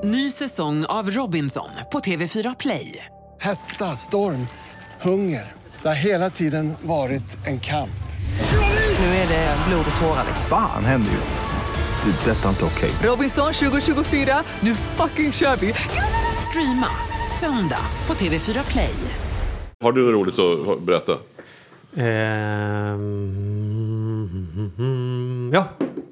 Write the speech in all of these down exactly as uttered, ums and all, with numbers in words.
Ny säsong av Robinson på T V fyra Play. Hetta, storm, hunger. Det har hela tiden varit en kamp. Nu är det blod och tårar. Fan händer just det. Det är detta inte okej. Robinson tjugo tjugofyra, nu fucking kör vi. Streama söndag på T V fyra Play. Har du något roligt att berätta? Ehm, ja.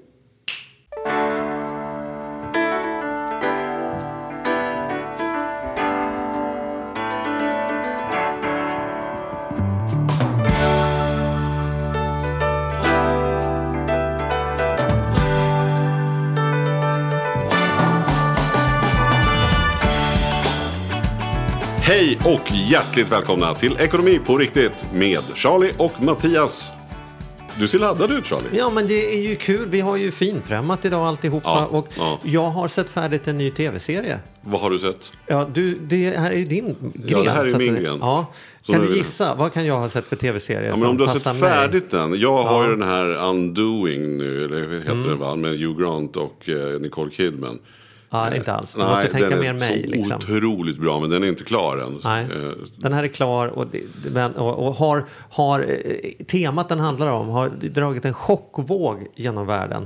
Hej och hjärtligt välkomna till Ekonomi på riktigt med Charlie och Mattias. Du ser laddad ut, Charlie. Ja, men det är ju kul. Vi har ju finfrämmat idag alltihopa. Ja, och ja. Jag har sett färdigt en ny tv-serie. Vad har du sett? Ja, du, det här är ju din gren. Ja, det här är så min att, gren. Ja. Så Kan nu du är det- gissa? Vad kan jag ha sett för tv-serie Ja, som men om du har passar sett mig? färdigt den. Jag har Ja. ju den här Undoing nu, eller vad heter den va? Med Hugh Grant och eh, Nicole Kidman. Ja, inte alls. Du Nej, måste tänka den mer är mig. så Liksom. otroligt bra, men den är inte klar än. Nej, Eh, den här är klar och, det, men, och, och har, har eh, temat den handlar om har dragit en chockvåg genom världen.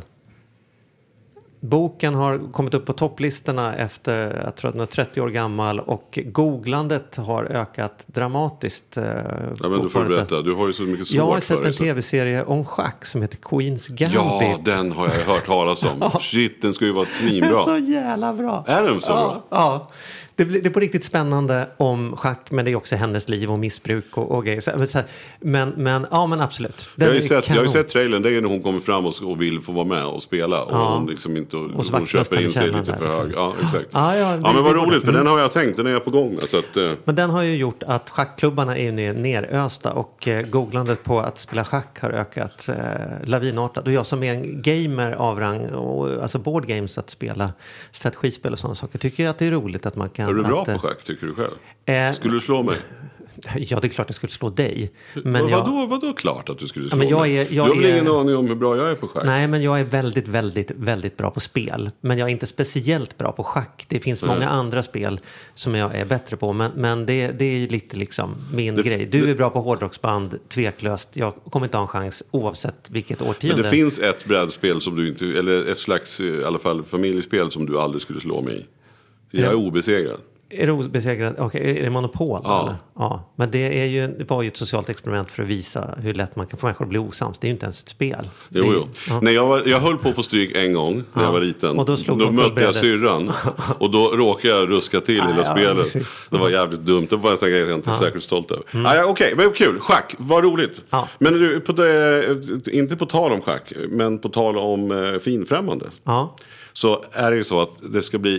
Boken har kommit upp på topplistorna efter, jag tror att den är trettio år gammal, och googlandet har ökat dramatiskt. Eh, Ja, men du får berätta. Du har ju så mycket svårt Jag har för sett dig, en så- tv-serie om schack som heter Queen's Gambit. Ja, den har jag hört talas om. Shit, den ska ju vara Den är svinbra. så jävla bra. Är den så ja, bra? Ja. Det, blir- det är på riktigt spännande om schack, men det är också hennes liv och missbruk och, och grejer. Så- Men, så här, men, men, ja, men absolut. Den Jag har, ju är sett, jag har ju kanon. sett trailern, det är när hon kommer fram och, och vill få vara med och spela. Och Ja. hon liksom inte, och Och så hon köper vaktmästaren in sig känner lite där, för liksom. hög. Ja, exakt. Ja, ja, Ja, det- men vad det- roligt, för mm. den har jag tänkt, den är jag på gång med. Så att, eh, Men den har ju gjort att schackklubbarna är ju ner- nerösta och eh, googlandet på att spela schack har ökat eh, lavinartat. Och jag som är en gamer av rang, och, alltså board games, att spela strategispel och sådana saker, tycker jag att det är roligt att man kan... är du bra att, eh, på schack, tycker du själv? eh, Skulle du slå mig? Ja, det är klart jag skulle slå dig. Men Men jag... vadå, vadå klart att du skulle slå men jag mig? är- jag du har väl är- ingen aning om hur bra jag är på schack? Nej, men jag är väldigt, väldigt, väldigt bra på spel. Men jag är inte speciellt bra på schack. Det finns Nej. många andra spel som jag är bättre på. Men, men det, det är ju lite liksom min Det- grej. Du det- är bra på hårdrocksband, tveklöst. Jag kommer inte ha en chans oavsett vilket Men årtionde. det finns ett brädspel som du inte, eller ett slags i alla fall familjespel som du aldrig skulle slå mig i. Jag är Ja. obesegrad. Är det obesegrad? Okej, är det Monopol? Ja. Eller? Ja. Men det, är ju, det var ju ett socialt experiment för att visa hur lätt man kan få människor att bli osams. Det är ju inte ens ett spel. Det är Jo, ju- jo. Ja. Nej, jag, var, jag höll på att få stryk en gång när Ja. jag var liten. Och då slog då de mötte på jag brädet. syrran. Och då råkade jag ruska till hela ja, spelet. precis. Det var jävligt dumt. Det var en sån grej jag inte är särskilt stolt över. Ah, ja, Okej, men kul. Schack, vad roligt. Ja. Men du, på det, inte på tal om schack, men på tal om eh, finfrämmande. Ja. Så är det ju så att det ska bli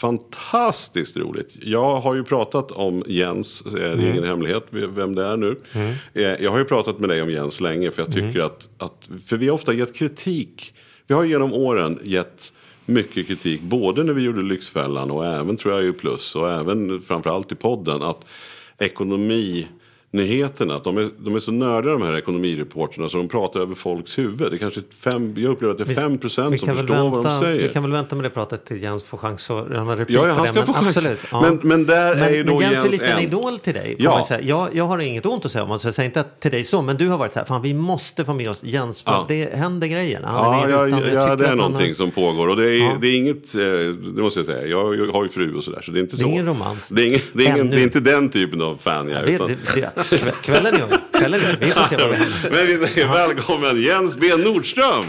fantastiskt roligt. Jag har ju pratat om Jens, eh, det är ingen hemlighet vem det är nu. Eh, Jag har ju pratat med dig om Jens länge, för jag tycker att, att, för vi har ofta gett kritik. Vi har genom åren gett mycket kritik, både när vi gjorde Lyxfällan och även, tror jag, i Plus, och även framförallt i podden, att ekonomi nyheterna, att de är, de är så nördiga, de här ekonomireporterna, så de pratar över folks huvud. Det är kanske fem, jag upplever att det är Vi- fem procent vi som kan väl förstår vänta, vad de säger. Vi kan väl vänta med det pratet till Jens får chans att lämna replik Ja, ja, på han det. ska Men få chans. absolut, ja. Men- men där är ju då men Jens Jens är lite en en- idol till dig. Får Ja. man säga. Jag, jag har inget ont att säga om man säger inte till dig så, men du har varit så här, fan vi måste få med oss Jens, för Ja. det händer grejer. Han Ja, är med ja, utan, jag ja, tycker det är att han någonting har- som pågår. Och det är, Ja. det är inget, eh, det måste jag säga, jag, jag har ju fru och sådär, så det är inte Det är så. ingen romans. Det är, ingen, det, är ingen, Ännu. det är inte den typen av fan jag är. Det, Utan, det, det, kväll- kvällen är ung. Kvällen är ung. Vi får se vad vi händer. men vi säger välkommen Jens B. Nordström!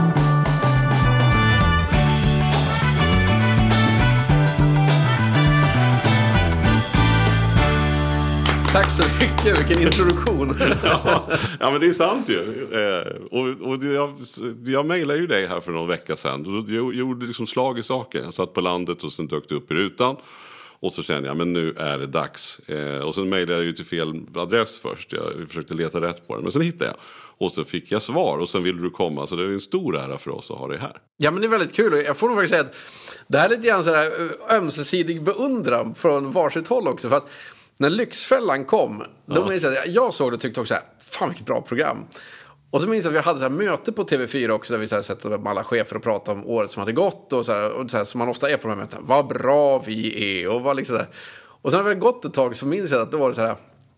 Tack så mycket, vilken introduktion. ja, ja, men det är sant ju. Eh, och och jag, jag mejlade ju dig här för någon vecka sedan. Och jag gjorde liksom slag i saken. Jag satt på landet och sen dök det upp i rutan. Och så kände jag, men nu är det dags. Eh, och sen mejlade jag ju till fel adress först. Jag försökte leta rätt på den. Men sen hittade jag. Och så fick jag svar. Och sen ville du komma. Så det är en stor ära för oss att ha dig här. Ja, men det är väldigt kul. Och jag får nog faktiskt säga att det här är lite grann så här ömsesidig beundran från varsitt håll också. För att när Lyxfällan kom, då ja. jag, jag såg det och tyckte också så här, fan vilket bra program. Och så minns jag att vi hade så här möte på T V fyra också där vi så här satt med alla chefer och pratade om året som hade gått och så här, och så här som man ofta är på de här mötena. Vad bra vi är och vad liksom så här. Och sen när det gått ett tag så minns jag att då var det så här.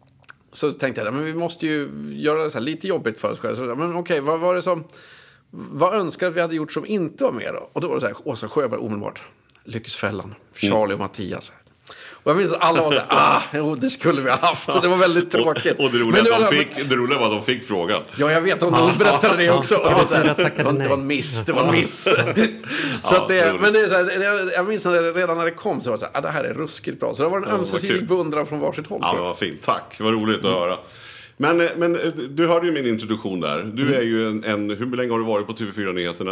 Så tänkte jag, men vi måste ju göra det så här lite jobbigt för oss själva. Men okej, vad var det som... Vad önskar att vi hade gjort som inte var med då? Och då var det så här, Åsa Sjöberg omedelbart. Lyckesfällan, Charlie och Mattias. Och jag minns att alla var så här, ah, jo, det skulle vi ha haft. Så det var väldigt tråkigt. Och, och det roliga, men var, de fick, det roliga var att de fick frågan. Ja, jag vet, hon ja, berättade det också. Ja, det, var så här, det, var, det var en miss, det var en miss. så att det, men det är så här, jag, jag minns när det, redan när det kom så var det så här, ah, det här är ruskigt bra. Så det var en ja, ömsesidig beundran från varsitt håll. Ja, det var fint, tack. Det var roligt att höra. Men, men du hörde ju min introduktion där. Du är ju en, en hur länge har du varit på T V fyra-nyheterna?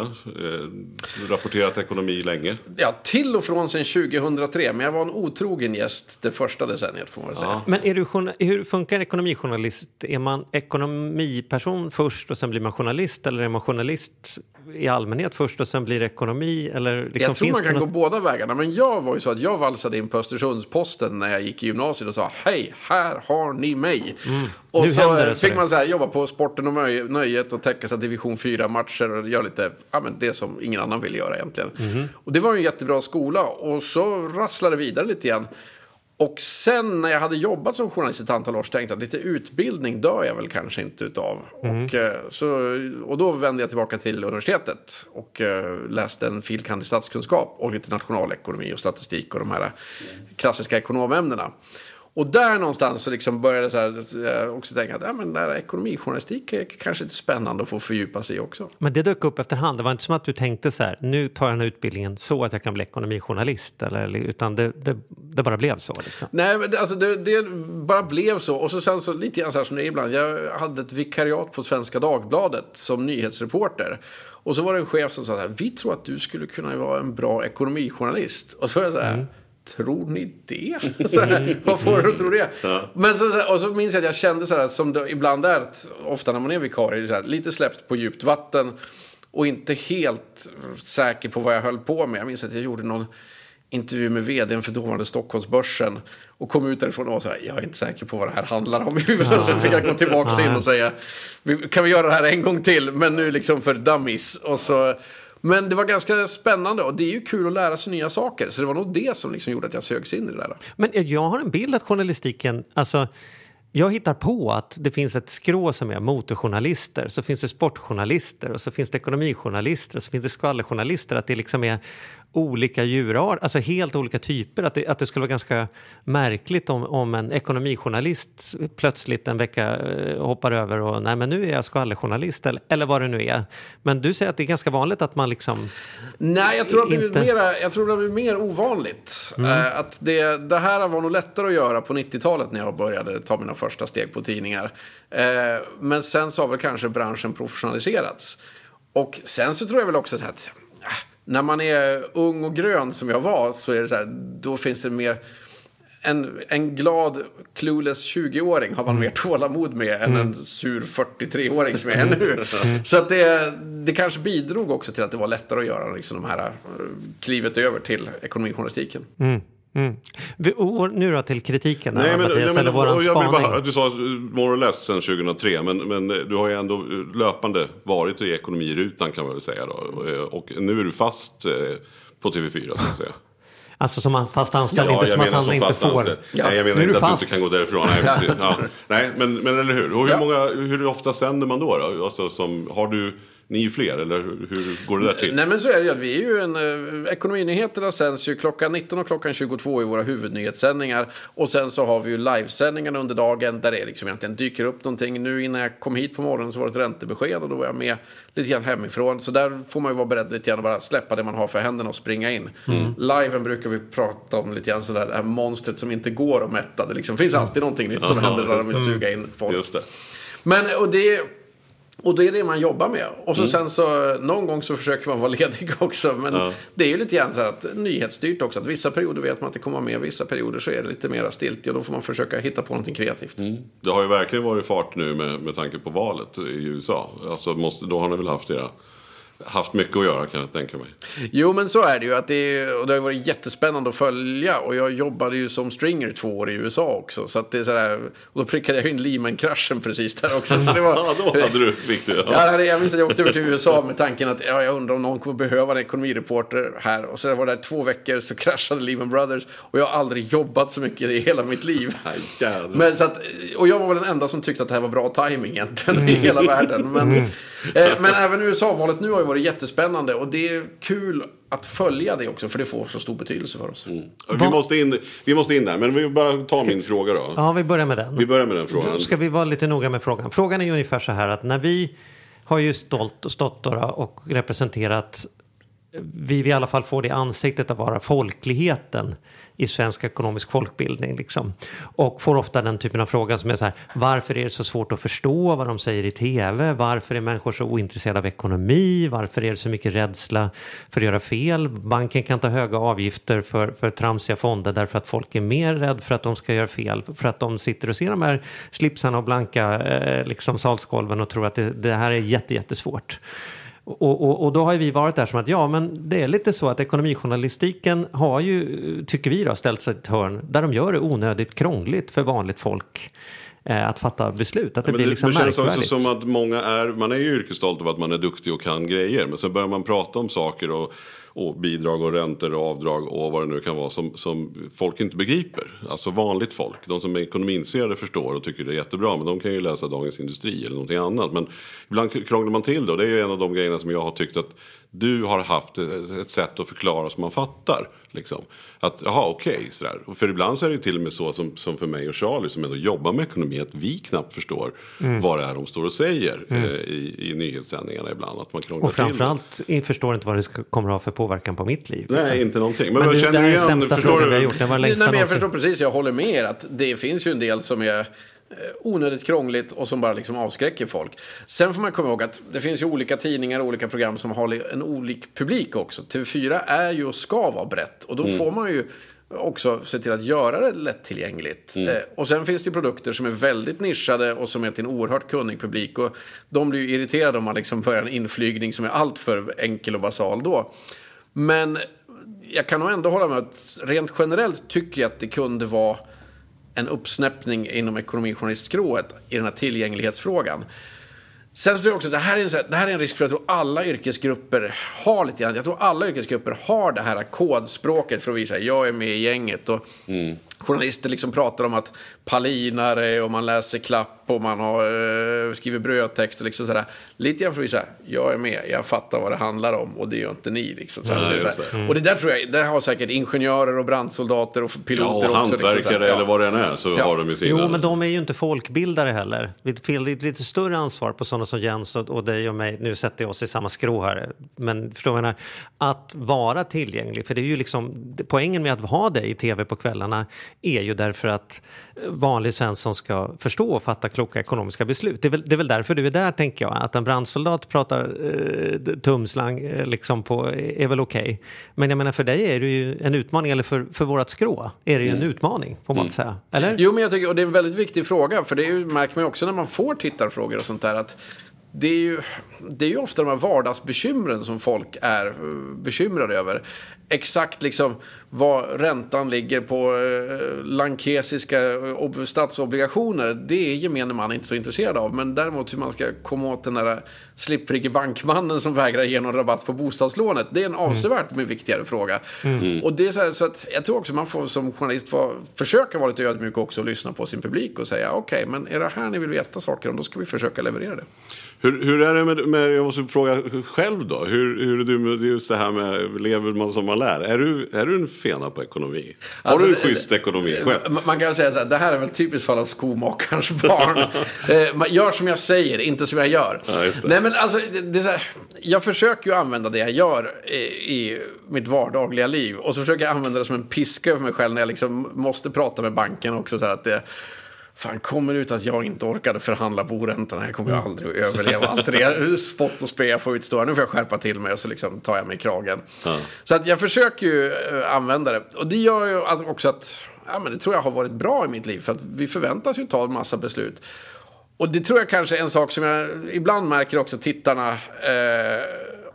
Eh, rapporterat ekonomi länge. Ja, till och från sedan tjugohundratre. Men jag var en otrogen gäst det första decenniet får man säga. Ja. Men är du, hur funkar ekonomijournalist? Är man ekonomiperson först och sen blir man journalist? Eller är man journalist i allmänhet först och sen blir det ekonomi? Eller liksom, jag tror finns man kan något... gå båda vägarna. Men jag var ju så att jag valsade in på Östersundsposten när jag gick i gymnasiet och sa hej, här har ni mig. Mm. Och nu så fick man så här, jobba på sporten och nöjet och täcka sig division fyra matcher och göra lite, ja, men det som ingen annan vill göra egentligen. Mm. Och det var en jättebra skola och så rasslade det vidare lite grann. Och sen när jag hade jobbat som journalist ett antal år så tänkte jag att lite utbildning dör jag väl kanske inte utav. Mm. Och, så, och då vände jag tillbaka till universitetet och uh, läste en filkand i statskunskap och lite nationalekonomi och statistik och de här klassiska ekonomämnena. Och där någonstans så liksom började så här, också tänka att ja, men där ekonomijournalistik är kanske lite spännande att få fördjupa sig också. Men det dök upp efterhand. Det var inte som att du tänkte så här, nu tar jag den här utbildningen så att jag kan bli ekonomijournalist. Eller, utan det, det, det bara blev så. Liksom. Nej, men det, alltså det, det bara blev så. Och så sen så lite grann så här som det är ibland. Jag hade ett vikariat på Svenska Dagbladet som nyhetsreporter. Och så var det en chef som sa så här, vi tror att du skulle kunna vara en bra ekonomijournalist. Och så var jag så här... Mm. Tror ni det? Så här, vad får du att tro det? Ja. Men så, och så minns jag att jag kände så här, som det ibland är att ofta när man är vikarie, så här, lite släppt på djupt vatten och inte helt säker på vad jag höll på med. Jag minns att jag gjorde någon intervju med vdn för dåvarande Stockholmsbörsen och kom ut därifrån och var så här, jag är inte säker på vad det här handlar om. Ja. Sen fick jag gå tillbaka in och säga, kan vi göra det här en gång till? Men nu liksom för dummies. Och så... Men det var ganska spännande och det är ju kul att lära sig nya saker. Så det var nog det som liksom gjorde att jag sögs in i det där. Men jag har en bild att journalistiken, alltså jag hittar på att det finns ett skrå som är motorjournalister, så finns det sportjournalister och så finns det ekonomijournalister och så finns det skvallerjournalister, att det liksom är olika djurarter, alltså helt olika typer, att det, att det skulle vara ganska märkligt om, om en ekonomijournalist plötsligt en vecka eh, hoppar över och nej men nu är jag skvallerjournalist eller, eller vad det nu är. Men du säger att det är ganska vanligt att man liksom... Nej, jag tror att det inte... blir mer, jag tror att det blir mer ovanligt. Mm. Uh, att det, det här var nog lättare att göra på nittiotalet när jag började ta mina första steg på tidningar. Uh, men sen så har väl kanske branschen professionaliserats. Och sen så tror jag väl också så att... Uh, när man är ung och grön som jag var så är det så här, då finns det mer en, en glad clueless tjugoåring har man mer tålamod med mm. än en sur fyrtiotreåring som jag är nu. Mm. Så att det, det kanske bidrog också till att det var lättare att göra liksom de här klivet över till ekonomijournalistiken. Mm. Mm. Och nu då till kritiken. Nej, men, Mattias, nej, men, eller och jag vill bara, du sa more or less sedan tjugohundratre, men, men du har ju ändå löpande varit i ekonomirutan kan man väl säga då. Och nu är du fast på T V fyra så att säga. Alltså som han fast anställd, ja, inte som att han som inte får. Ja. Nej, jag menar inte att fast. Du inte kan gå därifrån. Nej, ja. Nej men, men eller hur? Och hur, ja. många, hur ofta sänder man då? då? Alltså, som, har du... Ni är fler, eller hur går det där till? Nej, men så är det ju. Vi är ju en... Eh, ekonominyheterna sänds ju klockan nitton och klockan tjugotvå i våra huvudnyhetssändningar. Och sen så har vi ju livesändningarna under dagen där det liksom egentligen dyker upp någonting. Nu innan jag kom hit på morgonen så var det ett räntebesked och då var jag med lite grann hemifrån. Så där får man ju vara beredd lite grann att bara släppa det man har för händerna och springa in. Mm. Liven brukar vi prata om lite grann sådär, det här monstret som inte går att mätta. Det liksom finns alltid någonting nytt som mm. händer när de vill suga in folk. Just det. Men, och det Och det är det man jobbar med. Och så mm. sen så någon gång så försöker man vara ledig också. Men ja. det är ju lite grann så att nyhetsstyrt också. Att vissa perioder vet man att det kommer med. Vissa perioder så är det lite mer stilt. Och då får man försöka hitta på någonting kreativt. Mm. Det har ju verkligen varit fart nu med, med tanke på valet i U S A. Alltså måste, då har ni väl haft era haft mycket att göra, kan jag tänka mig. Jo, men så är det ju. Att det, och det har varit jättespännande att följa. Och jag jobbade ju som stringer två år i U S A också. Så att det är sådär, och då prickade jag in Lehman-kraschen precis där också. Så det var, ja, då hade du viktigt. Ja. Ja, jag minns att jag åkte över till U S A med tanken att ja, jag undrar om någon kommer behöva en ekonomireporter här. Och så var det där två veckor så kraschade Lehman Brothers. Och jag har aldrig jobbat så mycket i hela mitt liv. Aj, men så att, och jag var väl den enda som tyckte att det här var bra timing egentligen mm. i hela världen. Men, mm. eh, men även U S A-valet nu har ju varit jättespännande. Och det är kul att följa det också, för det får så stor betydelse för oss. Mm. Vi, måste in, vi måste in där, men vi bara ta min fråga då. Ja, vi börjar med den. Vi börjar med den frågan. Då ska vi vara lite noga med frågan. Frågan är ju ungefär så här att när vi har ju stolt och stått och representerat, vi vill i alla fall få det ansiktet att vara folkligheten i svensk ekonomisk folkbildning liksom. Och får ofta den typen av frågor som är så här: varför är det så svårt att förstå vad de säger i tv? Varför är människor så ointresserade av ekonomi? Varför är det så mycket rädsla för att göra fel? Banken kan ta höga avgifter för, för tramsiga fonder därför att folk är mer rädd för att de ska göra fel, för att de sitter och ser de här slipsarna och blanka eh, liksom salskolven och tror att det, det här är jätte, jättesvårt. Och, och, och då har vi varit där som att ja, men det är lite så att ekonomijournalistiken har ju, tycker vi då, ställt sig ett hörn där de gör det onödigt krångligt för vanligt folk eh, att fatta beslut. Att det, ja, blir det, liksom det känns märkvärdigt. också som att många är, man är ju yrkesstolt över att man är duktig och kan grejer, men sen börjar man prata om saker och och bidrag och räntor och avdrag och vad det nu kan vara som, som folk inte begriper. Alltså vanligt folk. De som är ekonomiintresserade förstår och tycker det är jättebra, men de kan ju läsa Dagens Industri eller någonting annat. Men ibland krånglar man till det, och det är ju en av de grejerna som jag har tyckt att du har haft ett sätt att förklara som man fattar. Liksom. Att, jaha, okej, okay, sådär. För ibland så är det till och med så som, som för mig och Charlie som ändå jobbar med ekonomi, att vi knappt förstår mm. vad det är de står och säger mm. eh, i, i nyhetssändningarna ibland. Att man och framförallt till förstår inte vad det ska, kommer att ha för påverkan på mitt liv. Nej, liksom. Inte någonting. Men, men du, känner det är igen, sämsta frågan vi har gjort. Det var längsta. Nej, men jag förstår precis, jag håller med er att det finns ju en del som är onödigt krångligt och som bara liksom avskräcker folk. Sen får man komma ihåg att det finns ju olika tidningar och olika program som har en olik publik också. T V fyra är ju och ska vara brett, och då mm. får man ju också se till att göra det lättillgängligt. Mm. Eh, och sen finns det ju produkter som är väldigt nischade och som är till en oerhört kunnig publik, och de blir ju irriterade om man liksom börjar en inflygning som är allt för enkel och basal då. Men jag kan nog ändå hålla med att rent generellt tycker jag att det kunde vara en uppsnäppning inom ekonomijournalistskrået i den här tillgänglighetsfrågan. Sen tror jag också att det här är en, det här är en risk för att jag tror alla yrkesgrupper har lite grann. Jag tror alla yrkesgrupper har det här kodspråket för att visa att jag är med i gänget. Och mm. journalister liksom pratar om att pallinare och man läser klapp och man har, uh, skriver brödtext och liksom sådär. Lite grann för att visa, jag är med, jag fattar vad det handlar om, och det gör inte ni. Liksom, så mm, det är så mm. Och det där tror jag, där har säkert ingenjörer och brandsoldater och piloter ja, och också. hantverkare liksom, ja. eller vad det än är, så ja. har de ju sina. Jo, men de är ju inte folkbildare heller. Vi får lite större ansvar på sådana som Jens och, och dig och mig. Nu sätter jag oss i samma skrå här. Men förstår jag, att vara tillgänglig. För det är ju liksom, poängen med att ha dig i tv på kvällarna är ju därför att vanlig Svensson ska förstå och fatta kloka ekonomiska beslut. Det är väl, det är väl därför du är där, tänker jag. Att en brandsoldat pratar eh, tumslang eh, liksom på, är väl okej. Okay. Men jag menar, för dig är det ju en utmaning, eller för, för vårat skrå är det ju en mm. utmaning, får man mm. säga. Eller? Jo, men jag tycker, och det är en väldigt viktig fråga, för det är ju, märker man ju också när man får tittarfrågor och sånt där, att det är ju, det är ju ofta de här vardagsbekymren som folk är bekymrade över. Exakt liksom vad räntan ligger på eh, lankesiska ob- statsobligationer, det är gemene man inte så intresserad av. Men däremot hur man ska komma åt den där slipprige bankmannen som vägrar ge någon rabatt på bostadslånet, det är en avsevärt mm. viktigare fråga. Mm. Och det är så, här, så att jag tror också man får som journalist få, försöka vara lite ödmjuk också och lyssna på sin publik och säga okej, okay, men är det här ni vill veta saker om, då ska vi försöka leverera det. Hur, hur är det med, med, jag måste fråga själv då, hur, hur är du med just det här med lever man som man lär? Är du, är du en fena på ekonomi? Har alltså, du en schysst ekonomi själv? Man kan säga så här, det här är väl typiskt fall av skomakarens barn. eh, gör som jag säger, inte som jag gör. Ja, Nej, men alltså, det, det är så här, jag försöker ju använda det jag gör i, i mitt vardagliga liv, och så försöker jag använda det som en piska över mig själv när jag liksom måste prata med banken också, så här att det fan, kommer ut att jag inte orkade förhandla boräntorna, jag kommer ju aldrig att överleva allt det spott och spray jag får utstå. Nu får jag skärpa till mig, och så liksom tar jag mig i kragen. Ja. Så att jag försöker ju använda det. Och det gör ju också att ja, men det tror jag har varit bra i mitt liv, för att vi förväntas ju ta en massa beslut. Och det tror jag kanske är en sak som jag ibland märker också tittarna eh,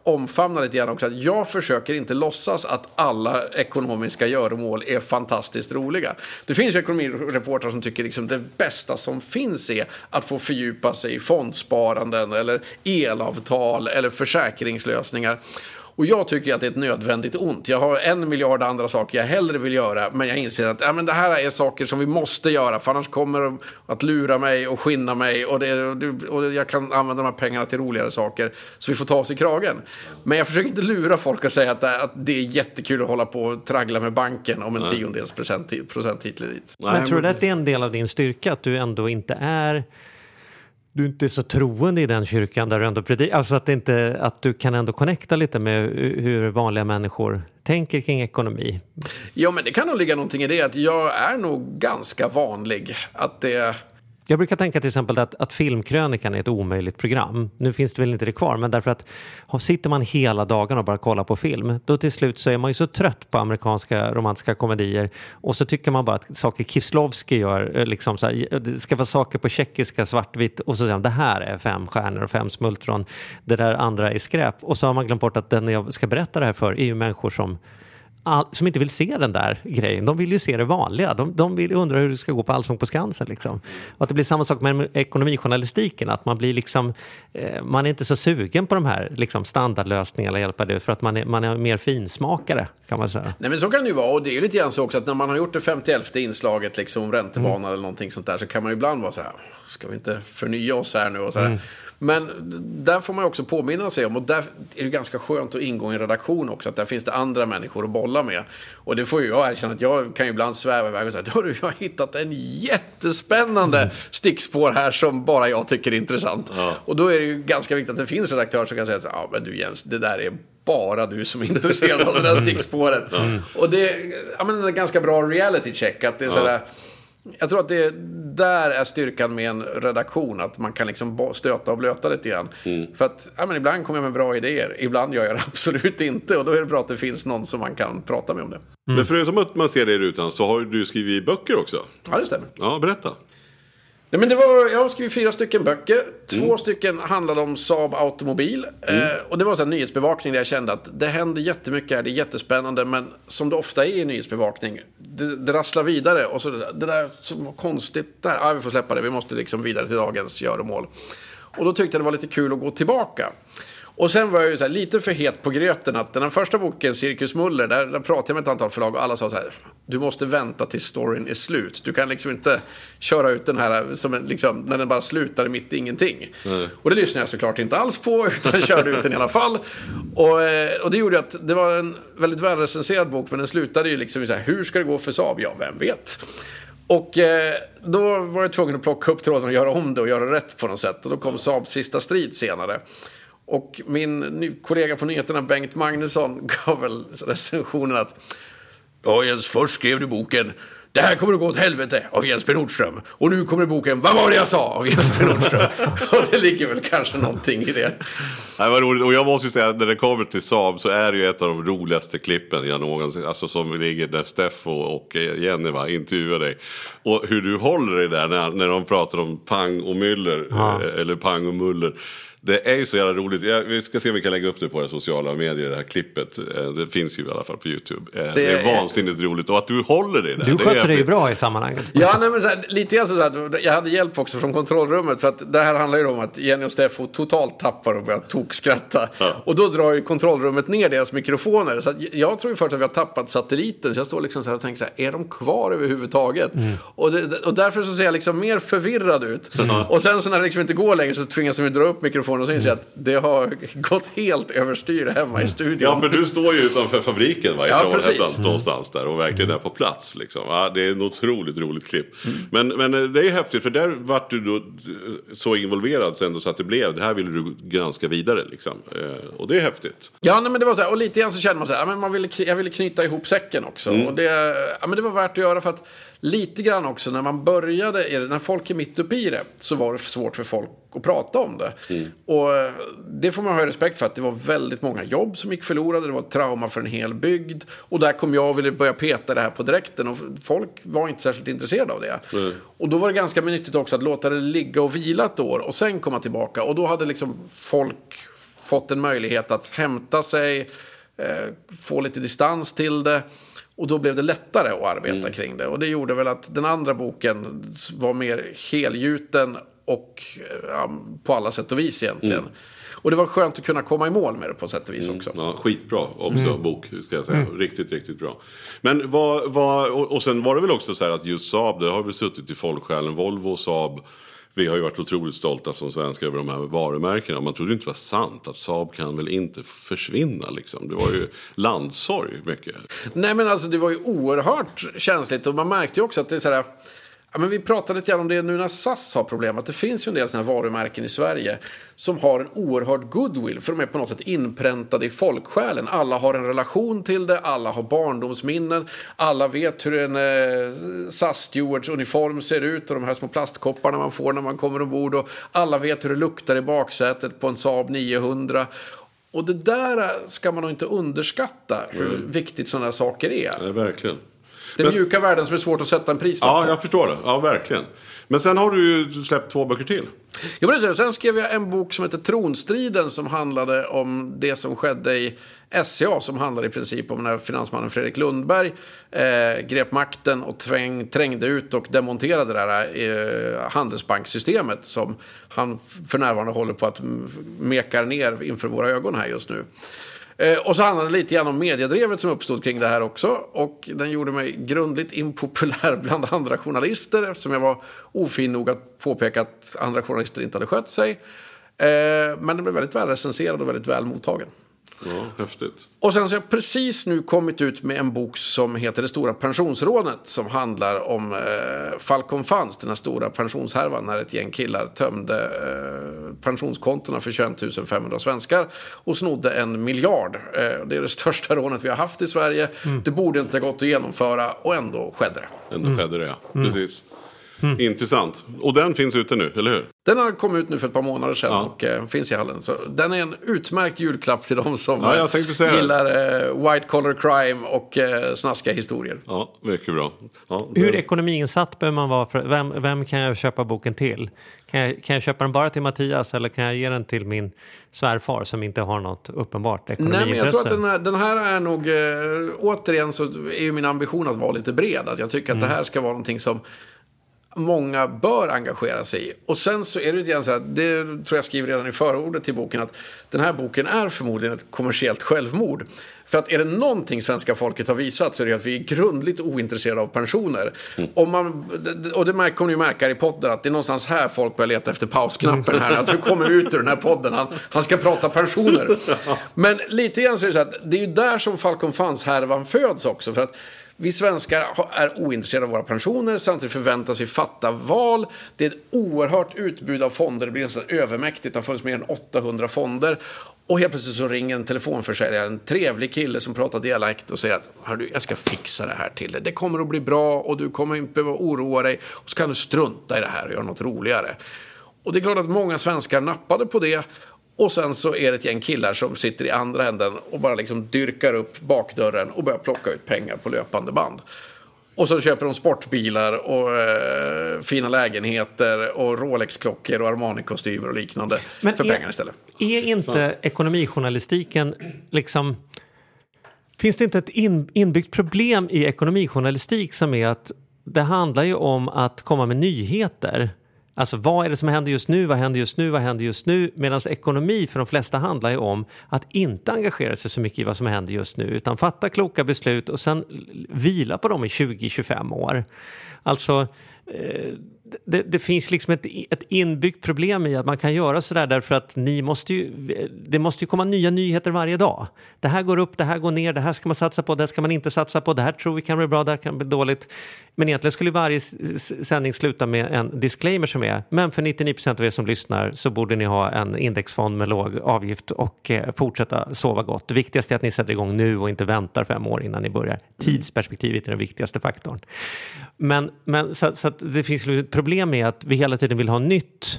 omfamna lite grann också att jag försöker inte låtsas att alla ekonomiska göromål är fantastiskt roliga. Det finns ju ekonomireportrar som tycker liksom det bästa som finns är att få fördjupa sig i fondsparanden eller elavtal eller försäkringslösningar. Och jag tycker att det är ett nödvändigt ont. Jag har en miljard andra saker jag hellre vill göra. Men jag inser att ja, men det här är saker som vi måste göra. För annars kommer de att lura mig och skinna mig. Och, det, och jag kan använda de här pengarna till roligare saker. Så vi får ta oss i kragen. Men jag försöker inte lura folk och säga att det, att det är jättekul att hålla på och traggla med banken om en Nej. tiondels procent, procent hit eller dit. Men tror du att det är en del av din styrka? Att du ändå inte är... Du är inte så troende i den kyrkan där du ändå predikar. Alltså att, det inte, att du kan ändå connecta lite med hur vanliga människor tänker kring ekonomi. Ja, men det kan nog ligga någonting i det. Att jag är nog ganska vanlig. Att det... Jag brukar tänka till exempel att, att filmkrönikan är ett omöjligt program. Nu finns det väl inte det kvar, men därför att sitter man hela dagen och bara kollar på film, då till slut så är man ju så trött på amerikanska romantiska komedier och så tycker man bara att saker Kieslowski gör, liksom så här, det ska vara saker på tjeckiska svartvitt och så säger man, det här är fem stjärnor och fem smultron, det där andra är skräp. Och så har man glömt bort att den jag ska berätta det här för är ju människor som All, som inte vill se den där grejen. De vill ju se det vanliga. De, de vill undra hur det ska gå på Allsång på Skansen. Liksom. Och att det blir samma sak med ekonomijournalistiken. Att man blir liksom, eh, man är inte så sugen på de här liksom, standardlösningarna hjälpa det. För att man är, man är mer finsmakare, kan man säga. Nej, men så kan det ju vara. Och det är ju lite grann så också att när man har gjort det femtioelfte inslaget liksom räntebana mm. eller någonting sånt där, så kan man ju ibland vara så här, ska vi inte förnya oss här nu och så här. Mm. Men där får man också påminna sig om, och där är det ganska skönt att ingå i en redaktion också, att där finns det andra människor att bolla med. Och det får ju jag erkänna att jag kan ju ibland sväva iväg och säga, då har du jag hittat en jättespännande mm. stickspår här som bara jag tycker är intressant. Ja. Och då är det ju ganska viktigt att det finns redaktörer som kan säga, ja men du Jens, det där är bara du som är intresserad av det där stickspåret. Mm. Och det, ja, men det är en ganska bra reality check, att det är ja. sådär. Jag tror att det där är styrkan med en redaktion, att man kan liksom stöta och blöta lite grann. Mm. För att ja, men ibland kommer jag med bra idéer, ibland gör jag det absolut inte, och då är det bra att det finns någon som man kan prata med om det. Mm. Men förutom att man ser det i rutan så har du skrivit böcker också. Ja, det stämmer. Ja, berätta. Nej, men det var, jag har skrivit fyra stycken böcker. Två mm. stycken handlade om Saab automobil. Mm. Eh, och det var en nyhetsbevakning där jag kände att det händer jättemycket här, det är jättespännande. Men som det ofta är i nyhetsbevakning, det, det rasslar vidare. Och så det, det där som var konstigt där, ja, vi får släppa det, vi måste liksom vidare till dagens göromål. Och då tyckte jag det var lite kul att gå tillbaka. Och sen var jag ju så här, lite för het på gröten att den första boken, Cirkus Muller, där, där pratade jag med ett antal förlag och alla sa så här, du måste vänta till storyn är slut. Du kan liksom inte köra ut den här som en, liksom, när den bara slutar mitt i ingenting. Mm. Och det lyssnade jag såklart inte alls på, utan jag körde ut den i alla fall. Och, och det gjorde att det var en väldigt välrecenserad bok, men den slutade ju liksom så här, hur ska det gå för Saab? Ja, vem vet? Och eh, då var jag tvungen att plocka upp tråden och göra om det och göra rätt på något sätt. Och då kom Saabs sista strid senare. Och min kollega på nyheterna, Bengt Magnusson, gav väl recensionen att ja, Jens, först skrev du boken det här kommer att gå åt helvete av Jens P. Nordström. Och nu kommer boken vad var det jag sa av Jens P. Nordström. Och det ligger väl kanske någonting i det. Det var roligt. Och jag måste ju säga att när det kommer till Saab så är det ju ett av de roligaste klippen jag någonsin, alltså som ligger där Steffo och Jenny va, intervjuar dig. Och hur du håller dig där när, när de pratar om Pang och Müller ja. eller Pang och Muller. Det är ju så jävla roligt. Jag, vi ska se om vi kan lägga upp det på de sociala medier, det här klippet. Det finns ju i alla fall på YouTube. Det, det är vansinnigt är... roligt. Och att du håller det där. Du sköter det dig ju bra i sammanhanget. Ja, nej, men så här, lite grann så att jag hade hjälp också från kontrollrummet. För att det här handlar ju om att Jenny och Steffo totalt tappar och börjar tokskratta. Ja. Och då drar ju kontrollrummet ner deras mikrofoner. Så att jag tror ju först att vi har tappat satelliten. Så jag står liksom så här och tänker så här, är de kvar överhuvudtaget? Mm. Och, det, och därför så ser jag liksom mer förvirrad ut. Mm. Och sen så när det liksom inte går längre så tvingas vi dra upp mikrofonen. Och så inser jag att det har gått helt överstyr hemma i studion. Ja, för du står ju utanför fabriken va, i ja, precis. Någonstans där och verkligen är på plats. Liksom. Ja, det är en otroligt roligt klipp. Mm. Men, men det är ju häftigt, för där vart du då så involverad sen så att det blev, det här ville du granska vidare. Liksom. Och det är häftigt. Ja, nej, men det var så här, och lite grann så kände man så här, ja, men man ville, jag ville knyta ihop säcken också. Mm. Och det, ja, men det var värt att göra för att lite grann också när man började, när folk är mitt uppe i det, så var det svårt för folk att prata om det. Mm. Och det får man ha respekt för, att det var väldigt många jobb som gick förlorade, det var ett trauma för en hel bygd. Och där kom jag och ville börja peta det här på direkten, och folk var inte särskilt intresserade av det. Mm. Och då var det ganska nyttigt också att låta det ligga och vila ett år och sen komma tillbaka. Och då hade liksom folk fått en möjlighet att hämta sig, eh, få lite distans till det. Och då blev det lättare att arbeta mm. kring det. Och det gjorde väl att den andra boken var mer helgjuten och ja, på alla sätt och vis egentligen. Mm. Och det var skönt att kunna komma i mål med det på sätt och vis också. Mm, ja, skitbra också Mm. bok, ska jag säga. Mm. Riktigt, riktigt bra. Men vad, vad, och, och sen var det väl också så här att just Saab, det har vi suttit i folksjälen. Volvo och Saab, vi har ju varit otroligt stolta som svenskar över de här varumärkena. Man trodde inte det var sant att Saab kan väl inte försvinna liksom. Det var ju landsorg mycket. Nej, men alltså det var ju oerhört känsligt. Och man märkte ju också att det är så här... Ja, men vi pratade lite grann om det nu när S A S har problem. Att det finns ju en del sådana här varumärken i Sverige som har en oerhörd goodwill. För de är på något sätt inpräntade i folksjälen. Alla har en relation till det. Alla har barndomsminnen. Alla vet hur en eh, S A S-stewards uniform ser ut. Och de här små plastkopparna man får när man kommer ombord. Och alla vet hur det luktar i baksätet på en Saab niohundra. Och det där ska man nog inte underskatta. Hur mm. viktigt sådana här saker är. Ja, verkligen. Det är mjuka värden som är svårt att sätta en prislapp på. Ja, jag förstår det. Ja, verkligen. Men sen har du ju släppt två böcker till. Ja, men det, sen skrev jag en bok som heter Tronstriden som handlade om det som skedde i S C A, som handlade i princip om när finansmannen Fredrik Lundberg eh, grep makten och träng, trängde ut och demonterade det där eh, handelsbanksystemet som han för närvarande håller på att mekar ner inför våra ögon här just nu. Eh, och så handlade det lite grann om mediedrevet som uppstod kring det här också. Och den gjorde mig grundligt impopulär bland andra journalister eftersom jag var ofin nog att påpeka att andra journalister inte hade skött sig. Eh, men den blev väldigt väl recenserad och väldigt väl mottagen. Ja, häftigt. Och sen så har jag precis nu kommit ut med en bok som heter Det stora pensionsrånet, som handlar om eh, Falcon Funds, den här stora pensionshärvan när ett gäng killar tömde eh, pensionskontona för tjugoett tusen femhundra svenskar och snodde en miljard. Eh, det är det största rånet vi har haft i Sverige. Mm. Det borde inte ha gått att genomföra och ändå skedde det. Ändå skedde det, ja. Mm. Precis. Mm. Intressant. Och den finns ute nu, eller hur? Den har kommit ut nu för ett par månader sedan ja. och eh, finns i hallen. Så den är en utmärkt julklapp till de som ja, eh, gillar eh, white collar crime och eh, snaskiga historier. Ja, mycket bra. Ja, det... Hur ekonomiinsatt behöver man vara? För vem, vem kan jag köpa boken till? Kan jag, kan jag köpa den bara till Mattias eller kan jag ge den till min svärfar som inte har något uppenbart ekonomiintresse? Nej, men jag tror att den här, den här är nog... Eh, återigen så är ju min ambition att vara lite bred. Att jag tycker att mm. det här ska vara någonting som många bör engagera sig i. Och sen så är det lite så här, det tror jag skriver redan i förordet till boken, att den här boken är förmodligen ett kommersiellt självmord. För att är det någonting svenska folket har visat så är det att vi är grundligt ointresserade av pensioner. Mm. Om man, och det kommer ni ju märka i podden att det är någonstans här folk börjar leta efter pausknappen här. Att vi kommer ut ur den här podden. Han, han ska prata pensioner. Men lite grann så är det så att det är ju där som Falcon Funds härvan föds också. För att vi svenskar är ointresserade av våra pensioner. Samtidigt förväntas vi fatta val. Det är ett oerhört utbud av fonder. Det blir nästan övermäktigt. Det har funnits mer än åttahundra fonder. Och helt plötsligt så ringer en telefonförsäljare, en trevlig kille som pratar dialekt och säger att hörru, jag ska fixa det här till dig. Det kommer att bli bra och du kommer inte behöva oroa dig. Och så kan du strunta i det här och göra något roligare. Och det är klart att många svenskar nappade på det. Och sen så är det ett gäng killar som sitter i andra änden och bara liksom dyrkar upp bakdörren och börjar plocka ut pengar på löpande band. Och så köper de sportbilar och eh, fina lägenheter och Rolex-klockor och Armani-kostymer och liknande. Men för är, pengar istället. Är inte Fan. ekonomijournalistiken liksom... Finns det inte ett in, inbyggt problem i ekonomijournalistik som är att det handlar ju om att komma med nyheter? Alltså vad är det som händer just nu, vad händer just nu, vad händer just nu? Medan ekonomi för de flesta handlar ju om att inte engagera sig så mycket i vad som händer just nu. Utan fatta kloka beslut och sen vila på dem i tjugo till tjugofem år. Alltså eh, det, det finns liksom ett, ett inbyggt problem i att man kan göra sådär därför att ni måste ju, det måste ju komma nya nyheter varje dag. Det här går upp, det här går ner, det här ska man satsa på, det här ska man inte satsa på, det här tror vi kan bli bra, det här kan bli dåligt. Men egentligen skulle varje sändning sluta med en disclaimer som är, men för nittionio procent av er som lyssnar så borde ni ha en indexfond med låg avgift och eh, fortsätta sova gott. Det viktigaste är att ni sätter igång nu och inte väntar fem år innan ni börjar. Tidsperspektivet är den viktigaste faktorn. Men, men så, så att det finns ett problem med att vi hela tiden vill ha nytt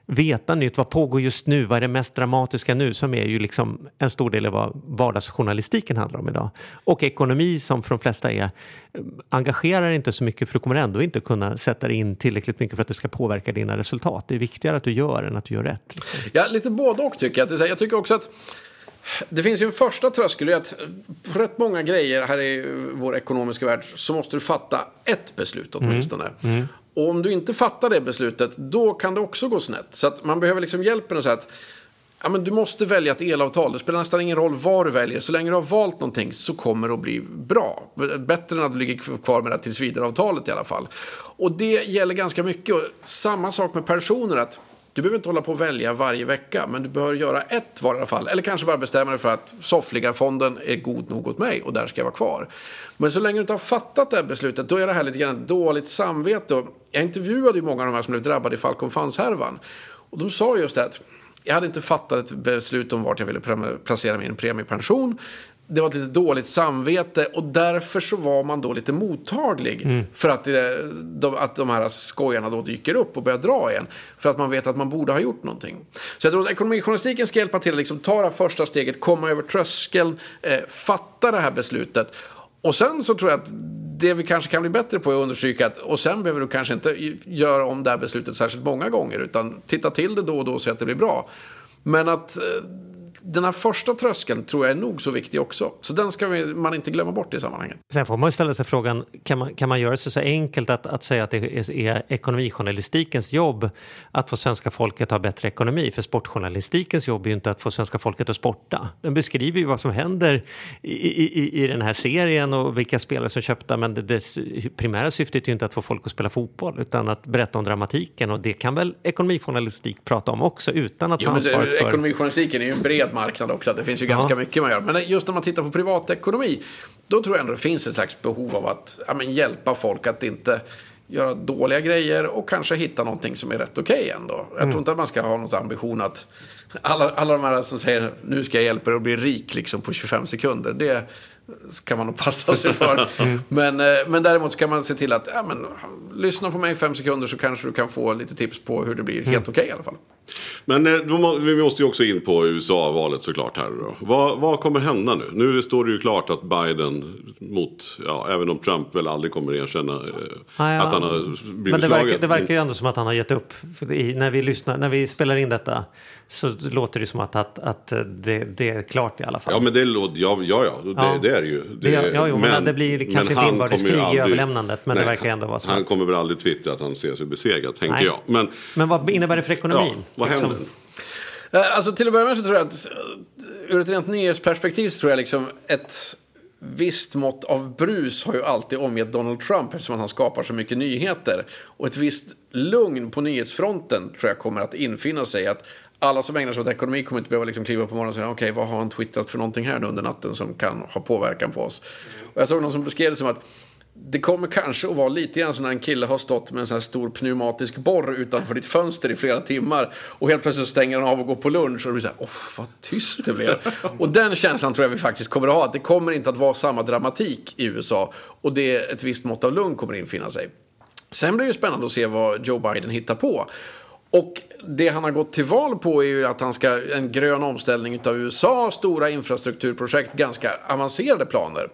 veta nytt. Vad pågår just nu? Vad är det mest dramatiska nu? Som är ju liksom en stor del av vad vardagsjournalistiken handlar om idag. Och ekonomi som för de flesta är engagerar inte så mycket, för du kommer ändå inte kunna sätta in tillräckligt mycket för att det ska påverka dina resultat. Det är viktigare att du gör än att du gör rätt. Liksom. Ja, lite både och tycker jag. Jag tycker också att det finns ju en första tröskel i att på rätt många grejer här i vår ekonomiska värld så måste du fatta ett beslut åtminstone. Mm. Mm. Och om du inte fattar det beslutet, då kan det också gå snett. Så att man behöver liksom hjälpen och säga att ja, men du måste välja ett elavtal. Det spelar nästan ingen roll vad du väljer. Så länge du har valt någonting så kommer det att bli bra. Bättre än att du ligger kvar med det tillsvidareavtalet i alla fall. Och det gäller ganska mycket. Och samma sak med pensioner, att du behöver inte hålla på att välja varje vecka, men du behöver göra ett var i alla fall. Eller kanske bara bestämma dig för att soffliggarfonden är god nog åt mig och där ska jag vara kvar. Men så länge du inte har fattat det här beslutet, då är det här lite grann dåligt samvete. Jag intervjuade ju många av de här som blev drabbade i Falcon Funds-härvan. Och de sa just det att jag hade inte fattat ett beslut om vart jag ville placera min premiepension. Det var ett lite dåligt samvete och därför så var man då lite mottaglig mm. för att, det, de, att de här skojarna då dyker upp och börjar dra igen. För att man vet att man borde ha gjort någonting. Så jag tror att ekonomijournalistiken ska hjälpa till att liksom ta det första steget, komma över tröskeln, eh, fatta det här beslutet. Och sen så tror jag att det vi kanske kan bli bättre på är att understryka att, och sen behöver du kanske inte göra om det här beslutet särskilt många gånger, utan titta till det då och då och se att det blir bra. Men att den här första tröskeln tror jag är nog så viktig också. Så den ska vi, man inte glömma bort i sammanhanget. Sen får man ställa sig frågan, kan man, kan man göra det så enkelt att, att säga att det är, är ekonomijournalistikens jobb att få svenska folket att ha bättre ekonomi? För sportjournalistikens jobb är ju inte att få svenska folket att sporta. Den beskriver ju vad som händer i, i, i den här serien och vilka spelare som köpta, men det, det primära syftet är ju inte att få folk att spela fotboll utan att berätta om dramatiken, och det kan väl ekonomijournalistik prata om också utan att ta ansvaret för... Ekonomijournalistiken är ju en bred marknad också, det finns ju ganska ja. mycket man gör. Men just när man tittar på privatekonomi, då tror jag ändå det finns ett slags behov av att ja, men hjälpa folk att inte göra dåliga grejer och kanske hitta någonting som är rätt okej okay ändå. Jag mm. tror inte att man ska ha någon ambition att alla, alla de här som säger nu ska jag hjälpa dig att bli rik liksom på tjugofem sekunder, det ska man nog passa sig för. Mm. Men, men däremot ska man se till att ja, men, lyssna på mig i fem sekunder så kanske du kan få lite tips på hur det blir helt mm. okej okay, i alla fall. Men då, vi måste ju också in på U S A-valet såklart här då. Vad, vad kommer hända nu? Nu står det ju klart att Biden mot, ja, även om Trump väl aldrig kommer erkänna eh, ah, ja. att han har blivit Men det slagen. verkar, det verkar ju ändå som att han har gett upp. För i, när, vi lyssnar, när vi spelar in detta så låter det som att, att, att det, det är klart i alla fall. Ja, men det låter, ja, ja, ja, det, ja. det är det ju. Det, det, ja, jo, men, men det blir kanske inte inbördeskrig i överlämnanden, men nej, det verkar ändå vara så. Han kommer väl aldrig twittra att han ser sig besegrad, tänker nej. jag. Men, men vad innebär det för ekonomin? Ja, vad liksom? händer? Alltså till att börja med så tror jag att ur ett rent nyhetsperspektiv så tror jag liksom ett visst mått av brus har ju alltid omgett Donald Trump eftersom han skapar så mycket nyheter. Och ett visst lugn på nyhetsfronten tror jag kommer att infinna sig. Att alla som ägnar sig åt ekonomi kommer inte behöva liksom kliva på morgonen och säga okej, okay, vad har han twittrat för någonting här nu under natten som kan ha påverkan på oss. Och jag såg någon som beskrev det som att det kommer kanske att vara lite grann så när en kille har stått med en sån här stor pneumatisk borr utanför ditt fönster i flera timmar och helt plötsligt stänger han av och går på lunch och det blir så här, åh vad tyst det blev. Och den känslan tror jag vi faktiskt kommer att ha, att det kommer inte att vara samma dramatik i U S A och det är ett visst mått av lugn kommer infinna sig. Sen blir det ju spännande att se vad Joe Biden hittar på. Och det han har gått till val på är ju att han ska en grön omställning av U S A, stora infrastrukturprojekt, ganska avancerade planer.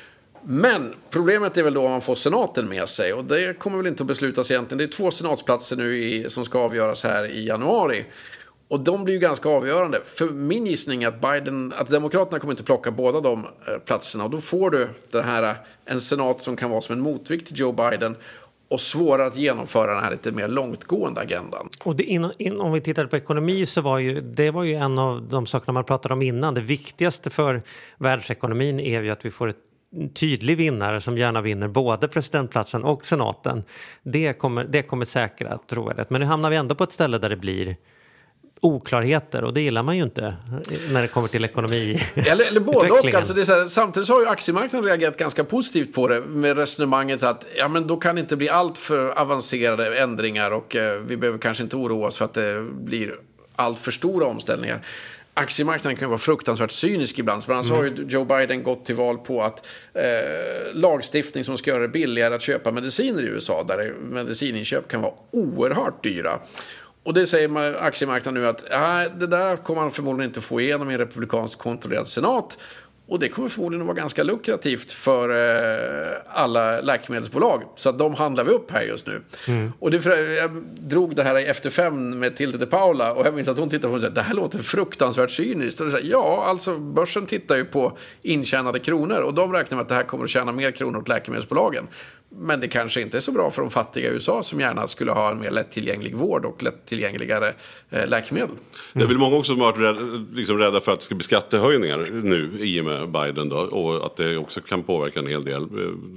Men problemet är väl då om man får senaten med sig och det kommer väl inte att beslutas egentligen. Det är två senatsplatser nu i, som ska avgöras här i januari. Och de blir ju ganska avgörande. För min gissning är att, Biden, att Demokraterna kommer inte plocka båda de platserna. Och då får du det här, en senat som kan vara som en motvikt till Joe Biden och svårare att genomföra den här lite mer långtgående agendan. Och det in, in, om vi tittar på ekonomi så var ju det var ju en av de sakerna man pratade om innan. Det viktigaste för världsekonomin är ju att vi får ett tydlig vinnare som gärna vinner både presidentplatsen och senaten. Det kommer, det kommer säkra trovärdighet. Men nu hamnar vi ändå på ett ställe där det blir oklarheter och det gillar man ju inte när det kommer till ekonomi. Eller, eller både och. Alltså det är så här, samtidigt så har ju aktiemarknaden reagerat ganska positivt på det med resonemanget att ja, men då kan det inte bli allt för avancerade ändringar och eh, vi behöver kanske inte oroa oss för att det blir allt för stora omställningar. Aktiemarknaden kan vara fruktansvärt cynisk ibland. Bland annat mm. har ju Joe Biden gått till val på att eh, lagstiftning som ska göra det billigare att köpa mediciner i U S A där medicininköp kan vara oerhört dyra. Och det säger man, aktiemarknaden nu att ja, det där kommer man förmodligen inte få igenom i en republikanskt kontrollerad senat. Och det kommer förmodligen att vara ganska lukrativt för eh, alla läkemedelsbolag. Så att de handlar vi upp här just nu. Mm. Och det, jag drog det här i Efter fem med Tilde de Paula. Och jag minns att hon tittade på och sa, det här låter fruktansvärt cyniskt. Och det sa, ja, alltså börsen tittar ju på intjänade kronor. Och de räknar med att det här kommer att tjäna mer kronor åt läkemedelsbolagen. Men det kanske inte är så bra för de fattiga i U S A som gärna skulle ha en mer lättillgänglig vård och lättillgängligare eh, läkemedel. Mm. Det är väl många också som har varit rädda, liksom rädda för att det ska bli skattehöjningar nu i och med Biden då, och att det också kan påverka en hel del.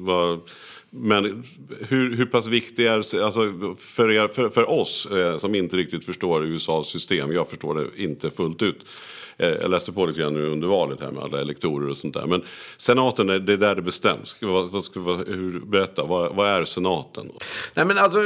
Men hur, hur pass viktigt är alltså för, er, för, för oss eh, som inte riktigt förstår U S A:s system, jag förstår det inte fullt ut. Jag läste på lite grann nu under valet här med alla elektorer och sånt där. Men senaten, det är där det bestäms. Vad, vad ska, hur, berätta, vad, vad är senaten då? Nej, men alltså,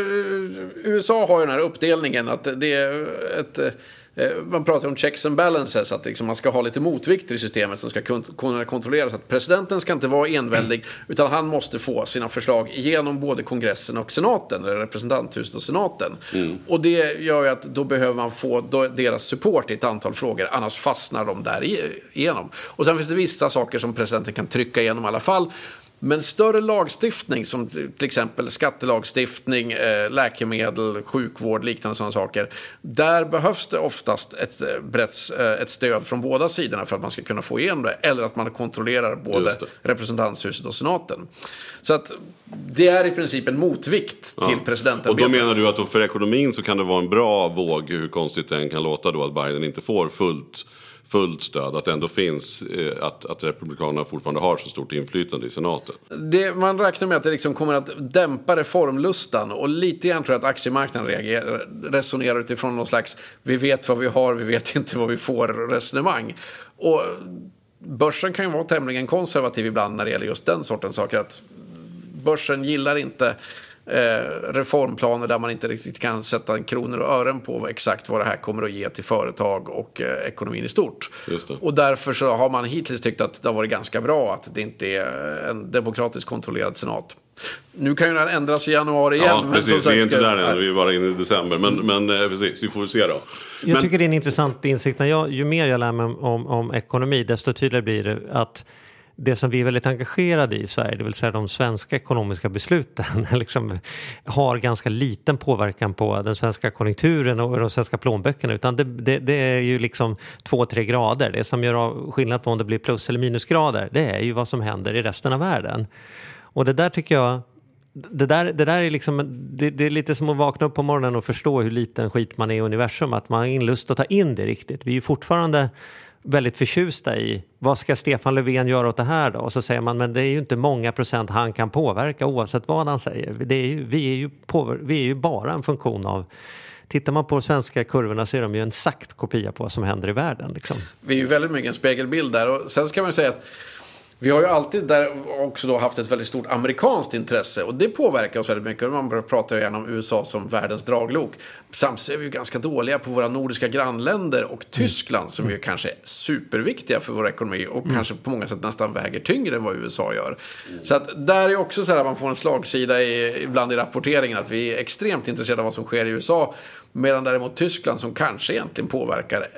U S A har ju den här uppdelningen att det är ett... Man pratar om checks and balances, att liksom man ska ha lite motvikter i systemet som ska kunna kontrolleras. Att presidenten ska inte vara enväldig, utan han måste få sina förslag genom både kongressen och senaten, eller representanthuset och senaten. Mm. Och det gör ju att då behöver man få deras support i ett antal frågor, annars fastnar de där igenom. Och sen finns det vissa saker som presidenten kan trycka igenom i alla fall. Men större lagstiftning som till exempel skattelagstiftning, eh, läkemedel, sjukvård, liknande sådana saker. Där behövs det oftast ett, brett, ett stöd från båda sidorna för att man ska kunna få igenom det. Eller att man kontrollerar både representanthuset och senaten. Så att det är i princip en motvikt ja. till presidenten. Och då menar du att för ekonomin så kan det vara en bra våg, hur konstigt det än kan låta då, att Biden inte får fullt fullt stöd, att det ändå finns eh, att, att republikanerna fortfarande har så stort inflytande i senaten. Det, man räknar med att det liksom kommer att dämpa reformlustan, och lite grann tror jag att aktiemarknaden reagerar, resonerar utifrån någon slags vi vet vad vi har, vi vet inte vad vi får resonemang. Och börsen kan ju vara tämligen konservativ ibland när det gäller just den sortens saker, att börsen gillar inte Eh, reformplaner där man inte riktigt kan sätta en kronor och ören på exakt vad det här kommer att ge till företag och eh, ekonomin i stort. Just det. Och därför så har man hittills tyckt att det har varit ganska bra att det inte är en demokratiskt kontrollerad senat. Nu kan ju den ändras i januari igen. Ja, precis. Men som vi är inte där än, vi är bara inne i december. Men, men eh, precis, vi får se då. Jag men... tycker det är en intressant insikt. När jag, ju mer jag lär mig om, om ekonomi, desto tydligare blir det att det som vi är väldigt engagerade i i Sverige, det vill säga de svenska ekonomiska besluten, liksom har ganska liten påverkan på den svenska konjunkturen och de svenska plånböckerna, utan det, det, det är ju liksom två, tre grader. Det som gör skillnad på om det blir plus- eller minusgrader, det är ju vad som händer i resten av världen. Och det där tycker jag, det där, det där är liksom, det, det är lite som att vakna upp på morgonen och förstå hur liten skit man är i universum, att man har ingen lust att ta in det riktigt. Vi är ju fortfarande väldigt förtjusta i vad ska Stefan Löfven göra åt det här då? Och så säger man, men det är ju inte många procent han kan påverka oavsett vad han säger. Det är ju, vi, är ju på, vi är ju bara en funktion av, tittar man på svenska kurvorna så är de ju en exakt kopia på vad som händer i världen. Liksom. Vi är ju väldigt mycket en spegelbild där, och sen ska man säga att vi har ju alltid där också då haft ett väldigt stort amerikanskt intresse, och det påverkar oss väldigt mycket. Man pratar ju gärna om U S A som världens draglok. Samtidigt är vi ju ganska dåliga på våra nordiska grannländer och Tyskland mm. som ju kanske är superviktiga för vår ekonomi och mm. kanske på många sätt nästan väger tyngre än vad U S A gör. Mm. Så att där är också så här att man får en slagsida i, ibland i rapporteringen att vi är extremt intresserade av vad som sker i U S A, medan däremot Tyskland som kanske egentligen påverkar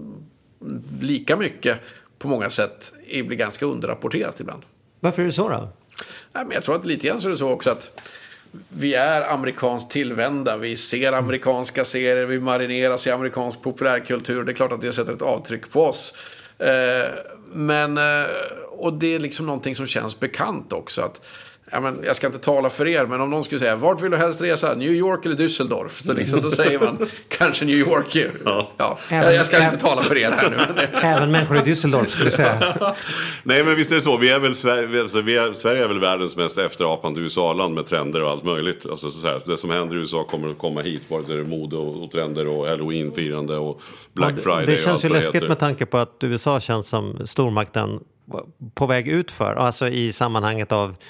lika mycket på många sätt blir ganska underrapporterat ibland. Varför är det så då? Ja, men jag tror att lite grann så är det så också att vi är amerikanskt tillvända. Vi ser amerikanska serier, vi marineras i amerikansk populärkultur. Det är klart att det sätter ett avtryck på oss. Eh, men, eh, och det är liksom någonting som känns bekant också. Att, ja, men jag ska inte tala för er, men om någon skulle säga vart vill du helst resa? New York eller Düsseldorf? Så liksom, då säger man kanske New York. Ja. Ja. Även, jag ska inte tala för er här nu. Även människor i Düsseldorf skulle säga. Nej, men visst är det så. Vi är väl Sverige, alltså, vi är, Sverige är väl världens mest efterapande U S A-land med trender och allt möjligt. Alltså, så här, det som händer i U S A kommer att komma hit. Vare sig det är mode och, och trender och Halloween-firande och Black ja, Friday. Det känns ju läskigt med tanke på att U S A känns som stormakten på väg ut för. Alltså i sammanhanget av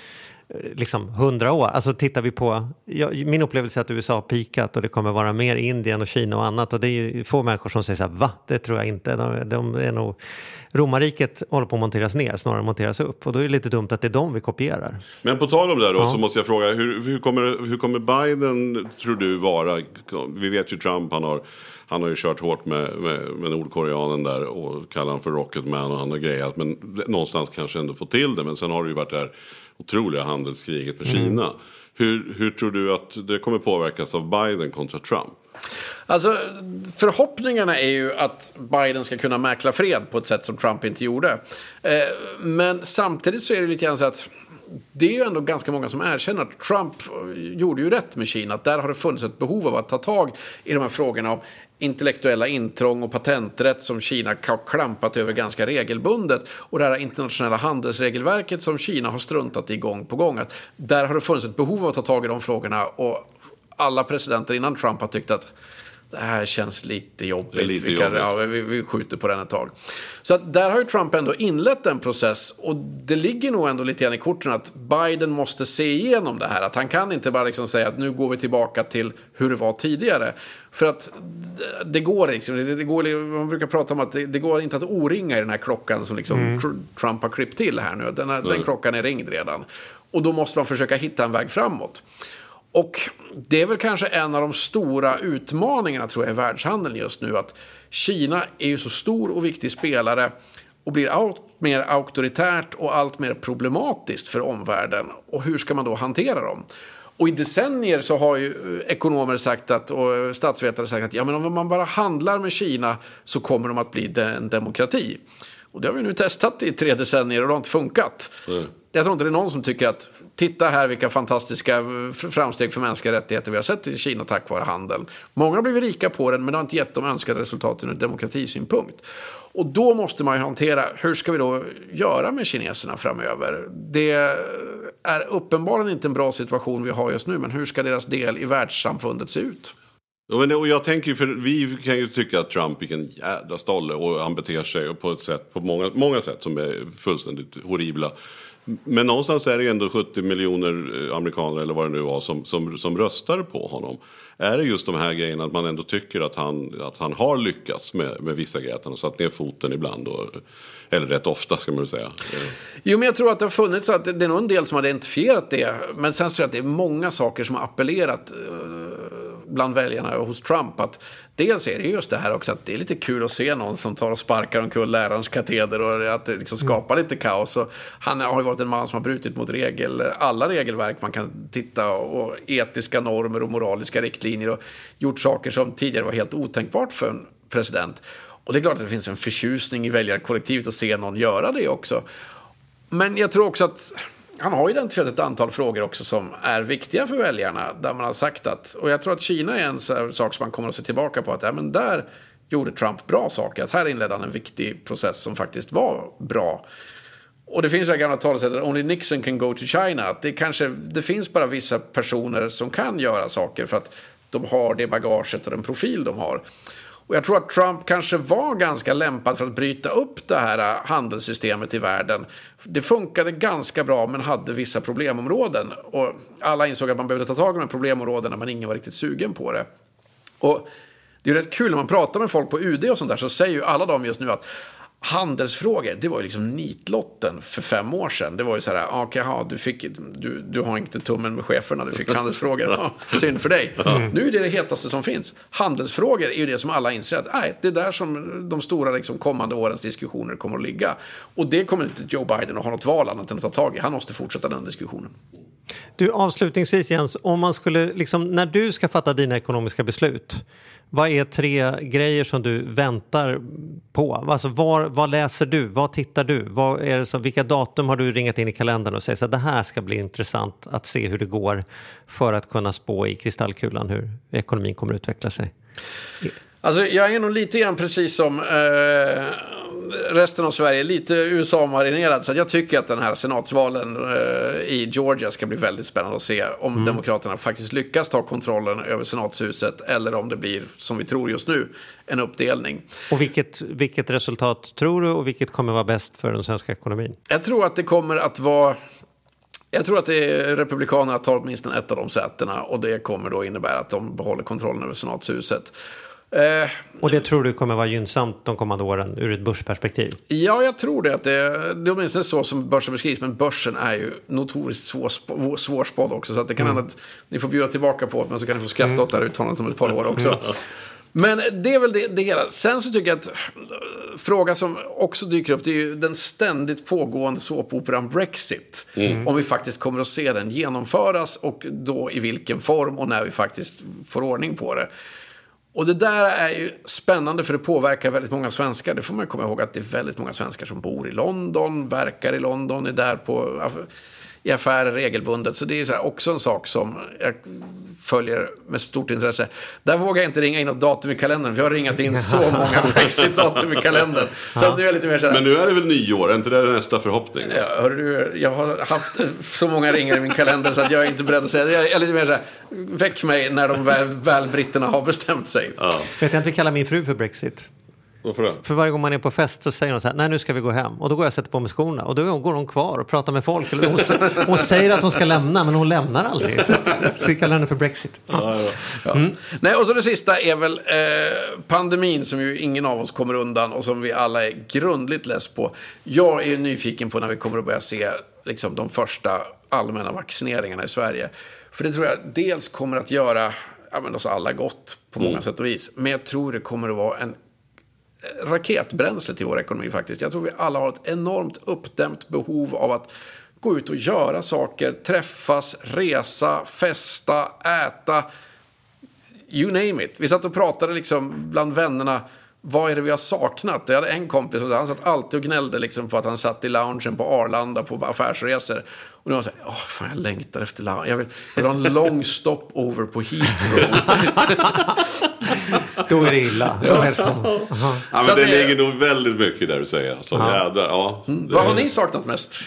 liksom hundra år. Alltså tittar vi på, ja, min upplevelse är att U S A har pikat och det kommer vara mer Indien och Kina och annat, och det är ju få människor som säger så här, va? Det tror jag inte. De, de är nog, romarriket håller på att monteras ner snarare än monteras upp, och då är det lite dumt att det är de vi kopierar. Men på tal om det då, ja. så måste jag fråga, hur, hur, kommer, hur kommer Biden, tror du, vara? Vi vet ju Trump, han har Han har ju kört hårt med, med, med nordkoreanen där och kallar han för Rocketman, och han har grejat. Men någonstans kanske ändå få till det. Men sen har det ju varit det här otroliga handelskriget med mm. Kina. Hur, hur tror du att det kommer påverkas av Biden kontra Trump? Alltså, förhoppningarna är ju att Biden ska kunna mäkla fred på ett sätt som Trump inte gjorde. Eh, men samtidigt så är det lite grann så att det är ju ändå ganska många som erkänner att Trump gjorde ju rätt med Kina. Att där har det funnits ett behov av att ta tag i de här frågorna om intellektuella intrång och patenträtt som Kina har klampat över ganska regelbundet, och det här internationella handelsregelverket som Kina har struntat i gång på gång. Att där har det funnits ett behov av att ta tag i de frågorna, och alla presidenter innan Trump har tyckt att det här känns lite jobbigt. Lite vi, kan, jobbigt. Ja, vi, vi skjuter på den ett tag. Så att där har ju Trump ändå inlett en process, och det ligger nog ändå lite grann i korten att Biden måste se igenom det här. Att han kan inte bara liksom säga att nu går vi tillbaka till hur det var tidigare. För att det går liksom, det, det går, man brukar prata om att det, det går inte att oringa i den här klockan som liksom mm. Trump har klippt till här nu. Den, här, mm. den klockan är ringd redan. Och då måste man försöka hitta en väg framåt. Och det är väl kanske en av de stora utmaningarna, tror jag, i världshandeln just nu. Att Kina är ju så stor och viktig spelare och blir allt mer auktoritärt och allt mer problematiskt för omvärlden. Och hur ska man då hantera dem? Och i decennier så har ju ekonomer sagt att, och statsvetare sagt att ja, men om man bara handlar med Kina så kommer de att bli en demokrati. Och det har vi nu testat i tre decennier och det har inte funkat. Mm. Jag tror inte det är någon som tycker att titta här vilka fantastiska framsteg för mänskliga rättigheter vi har sett i Kina tack vare handeln. Många har blivit rika på den, men det har inte gett de önskade resultaten ur demokratisynpunkt. Och då måste man ju hantera, hur ska vi då göra med kineserna framöver? Det är uppenbarligen inte en bra situation vi har just nu, men hur ska deras del i världssamfundet se ut? Ja, men det, och jag tänker, för vi kan ju tycka att Trump är en jävla stolle och han beter sig på ett sätt, på många, många sätt som är fullständigt horribla. Men någonstans är det ändå sjuttio miljoner amerikaner eller vad det nu var som, som, som röstar på honom. Är det just de här grejerna att man ändå tycker att han, att han har lyckats med, med vissa grejer, att han har satt ner foten ibland och, eller rätt ofta ska man väl säga. Jo, men jag tror att det har funnits att det är nog en del som har identifierat det, men sen tror jag att det är många saker som har appellerat bland väljarna och hos Trump. Att dels är det just det här också att det är lite kul att se någon som tar och sparkar omkull lärarens kateder och att det liksom skapar lite kaos. Och han har ju varit en man som har brutit mot regel, alla regelverk man kan titta, och etiska normer och moraliska riktlinjer, och gjort saker som tidigare var helt otänkbart för en president. Och det är klart att det finns en förtjusning i väljarkollektivet att se någon göra det också. Men jag tror också att han har identifierat ett antal frågor också som är viktiga för väljarna, där man har sagt att, och jag tror att Kina är en sak som man kommer att se tillbaka på, att ja, men där gjorde Trump bra saker, att här inledde han en viktig process som faktiskt var bra. Och det finns det gamla talesättet only Nixon can go to China, att det kanske, det finns bara vissa personer som kan göra saker för att de har det bagaget och den profil de har. Och jag tror att Trump kanske var ganska lämpad för att bryta upp det här handelssystemet i världen. Det funkade ganska bra, men hade vissa problemområden. Och alla insåg att man behövde ta tag i de här problemområdena, men ingen var riktigt sugen på det. Och det är rätt kul när man pratar med folk på U D och sånt där, så säger ju alla de just nu att handelsfrågor, det var ju liksom nitlotten för fem år sedan. Det var ju så här, okej, okay, du, fick, du, du har inte tummen med cheferna, du fick handelsfrågor. Ja, synd för dig. Mm. Nu är det det hetaste som finns. Handelsfrågor är ju det som alla inser att nej, det är där som de stora liksom, kommande årens diskussioner kommer att ligga. Och det kommer inte Joe Biden att ha något val annat än att ta tag i. Han måste fortsätta den diskussionen. Du, avslutningsvis Jens, om man skulle, liksom, när du ska fatta dina ekonomiska beslut, vad är tre grejer som du väntar på? Alltså, var, vad läser du? Vad tittar du? Vad är det som, vilka datum har du ringat in i kalendern och säger så att det här ska bli intressant att se hur det går för att kunna spå i kristallkulan hur ekonomin kommer att utveckla sig? Alltså, jag är nog lite grann precis som eh, resten av Sverige, lite U S A-marinerad. Så jag tycker att den här senatsvalen eh, i Georgia ska bli väldigt spännande att se om mm. demokraterna faktiskt lyckas ta kontrollen över senatshuset, eller om det blir, som vi tror just nu, en uppdelning. Och vilket, vilket resultat tror du, och vilket kommer vara bäst för den svenska ekonomin? Jag tror att det kommer att vara Jag tror att det är Republikanerna tar åtminstone ett av de sätena och det kommer då innebära att de behåller kontrollen över senatshuset. Eh, och det tror du kommer vara gynnsamt de kommande åren ur ett börsperspektiv? Ja, jag tror det. Att det, det är åtminstone så som börsen beskrivs, men börsen är ju notoriskt svår, svårspådd också, så att det kan hända mm. att ni får bjuda tillbaka på det, men så kan ni få skratta mm. åt det här uttalandet om ett par år också. Men det är väl det, det hela. Sen så tycker jag att fråga som också dyker upp, det är ju den ständigt pågående såpoperan Brexit. Mm. Om vi faktiskt kommer att se den genomföras och då i vilken form och när vi faktiskt får ordning på det. Och det där är ju spännande för det påverkar väldigt många svenskar. Det får man komma ihåg att det är väldigt många svenskar som bor i London, verkar i London, är där på, i affärer regelbundet. Så det är så här också en sak som jag följer med stort intresse. Där vågar jag inte ringa in något datum i kalendern, för jag har ringat in så många Brexit-datum i kalendern. Så ja. Att nu är jag lite mer så här, men nu är det väl nyår, är inte det nästa förhoppning? Ja, hör du, jag har haft så många ringar i min kalender så att jag är inte beredd att säga det. Jag är lite mer så här, väck mig när de väl, väl britterna har bestämt sig. Ja. Vet jag inte kalla min fru för Brexit? För varje gång man är på fest så säger de så här, nej nu ska vi gå hem. Och då går jag och sätter på mig skorna. Och då går de kvar och pratar med folk. Eller hon, hon säger att hon ska lämna, men hon lämnar aldrig. Så, så vi kallar henne för Brexit. Ja. Ja, ja. Mm. Nej, och så det sista är väl eh, pandemin som ju ingen av oss kommer undan. Och som vi alla är grundligt less på. Jag är ju nyfiken på när vi kommer att börja se liksom, de första allmänna vaccineringarna i Sverige. För det tror jag dels kommer att göra ja, men oss alla gott på många mm. sätt och vis. Men jag tror det kommer att vara en raketbränsle till vår ekonomi faktiskt. Jag tror vi alla har ett enormt uppdämt behov av att gå ut och göra saker, träffas, resa, festa, äta, you name it. Vi satt och pratade liksom bland vännerna, vad är det vi har saknat? Jag hade en kompis och han satt alltid och gnällde liksom på att han satt i loungen på Arlanda på affärsresor. Och nu var jag så här, åh fan jag längtar efter lounge. Jag vill, jag vill ha en lång stopover på Heathrow. Då är det illa. Ja, ja men det, det ligger nog väldigt mycket där du säger. Alltså, ja. Jävlar, ja, mm. Vad har ni saknat mest?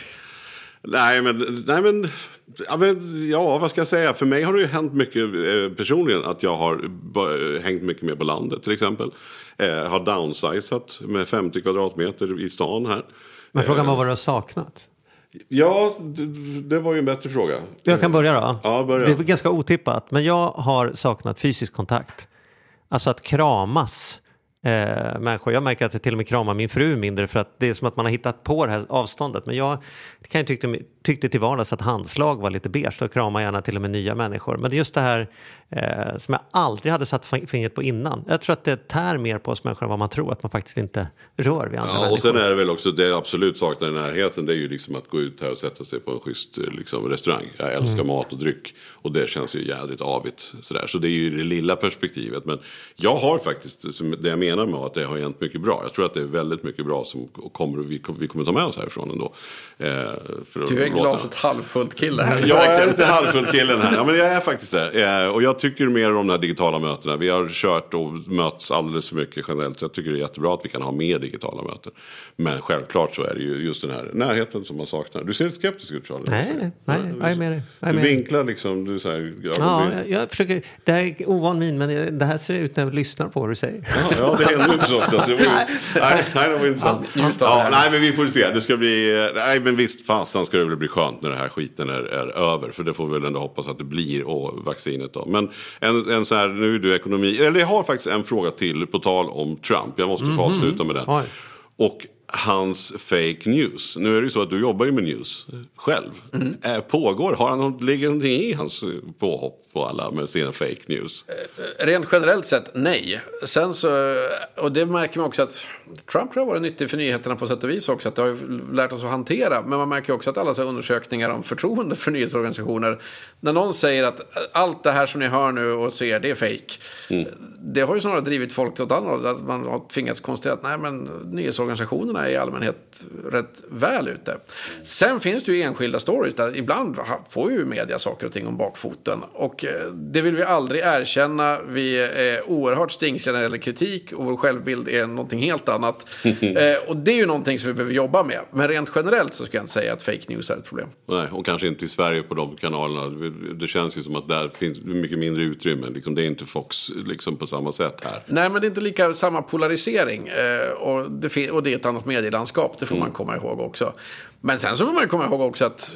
Nej men, nej men ja, men ja, vad ska jag säga? För mig har det ju hänt mycket eh, personligen att jag har b- hängt mycket mer på landet till exempel. Eh, har downsizat med femtio kvadratmeter i stan här. Men frågan var vad du har saknat? Ja, det, det var ju en bättre fråga. Jag kan börja då. Ja, börja. Det är ganska otippat, men jag har saknat fysisk kontakt. Alltså att kramas eh, människor. Jag märker att jag till och med kramar min fru mindre för att det är som att man har hittat på det här avståndet. Men jag kan ju tyckte, tyckte till vardags att handslag var lite beige, så kramar gärna till och med nya människor. Men det är just det här eh, som jag aldrig hade satt fingret på innan. Jag tror att det tär mer på oss människor än vad man tror, att man faktiskt inte rör vid andra ja, människor. Och sen är det väl också, det absolut saknar i närheten, det är ju liksom att gå ut här och sätta sig på en schysst liksom, restaurang. Jag älskar mm. mat och dryck och det känns ju jävligt avigt sådär. Så det är ju det lilla perspektivet. Men jag har faktiskt, det jag menar med att det har hänt mycket bra. Jag tror att det är väldigt mycket bra som kommer, vi, vi kommer ta med oss härifrån ändå. Eh, för du är en glaset halvfullt kille här. Jag är lite halvfullt killen här. Ja, men jag är faktiskt det. Eh, och jag tycker mer om de här digitala mötena. Vi har kört och möts alldeles för mycket generellt. Så jag tycker det är jättebra att vi kan ha mer digitala möten. Men självklart så är det ju just den här närheten som man saknar. Du ser lite skeptisk ut, Charlie. Nej, nej, nej, jag är med dig. Du vinklar liksom, du säger... Ja, ja jag, jag försöker, det här är ovan min, men det här ser ut när jag lyssnar på vad du säger. Ja, ja det händer inte så ofta. Så det var ju, nej, nej, det var intressant. Ja, ja, nej, men vi får se. Det ska bli... Nej, men visst, fasen ska det väl bli skönt när den här skiten är, är över. För det får vi väl ändå hoppas att det blir, och vaccinet då. Men en, en så här, nu är du ekonomi... Eller jag har faktiskt en fråga till på tal om Trump. Jag måste få mm-hmm. avsluta med den. Oj. Och hans fake news. Nu är det ju så att du jobbar ju med news själv. Mm. Äh, pågår, har han, ligger någonting i hans påhopp på alla med sina fake news? Rent generellt sett, nej. Sen så, och det märker man också att Trump tror jag var nyttig för nyheterna på sätt och vis också. Att det har ju lärt oss att hantera. Men man märker också att alla så undersökningar om förtroende för nyhetsorganisationer. När någon säger att allt det här som ni hör nu och ser, det är fake. Mm. Det har ju snarare drivit folk åt andra hållet. Att man har tvingats konstatera att nej, men nyhetsorganisationerna är i allmänhet rätt väl ute. Sen finns det ju enskilda stories där ibland får ju media saker och ting om bakfoten. Och det vill vi aldrig erkänna. Vi är oerhört stingsliga när det gäller kritik och vår självbild är någonting helt annat. Och det är ju någonting som vi behöver jobba med. Men rent generellt så ska jag inte säga att fake news är ett problem. Nej, och kanske inte i Sverige på de kanalerna. Det känns ju som att där finns mycket mindre utrymme. Liksom, det är inte Fox liksom, på samma sätt här. Nej, men det är inte lika samma polarisering. Och det, och det är ett annat medielandskap. Det får mm. man komma ihåg också. Men sen så får man komma ihåg också att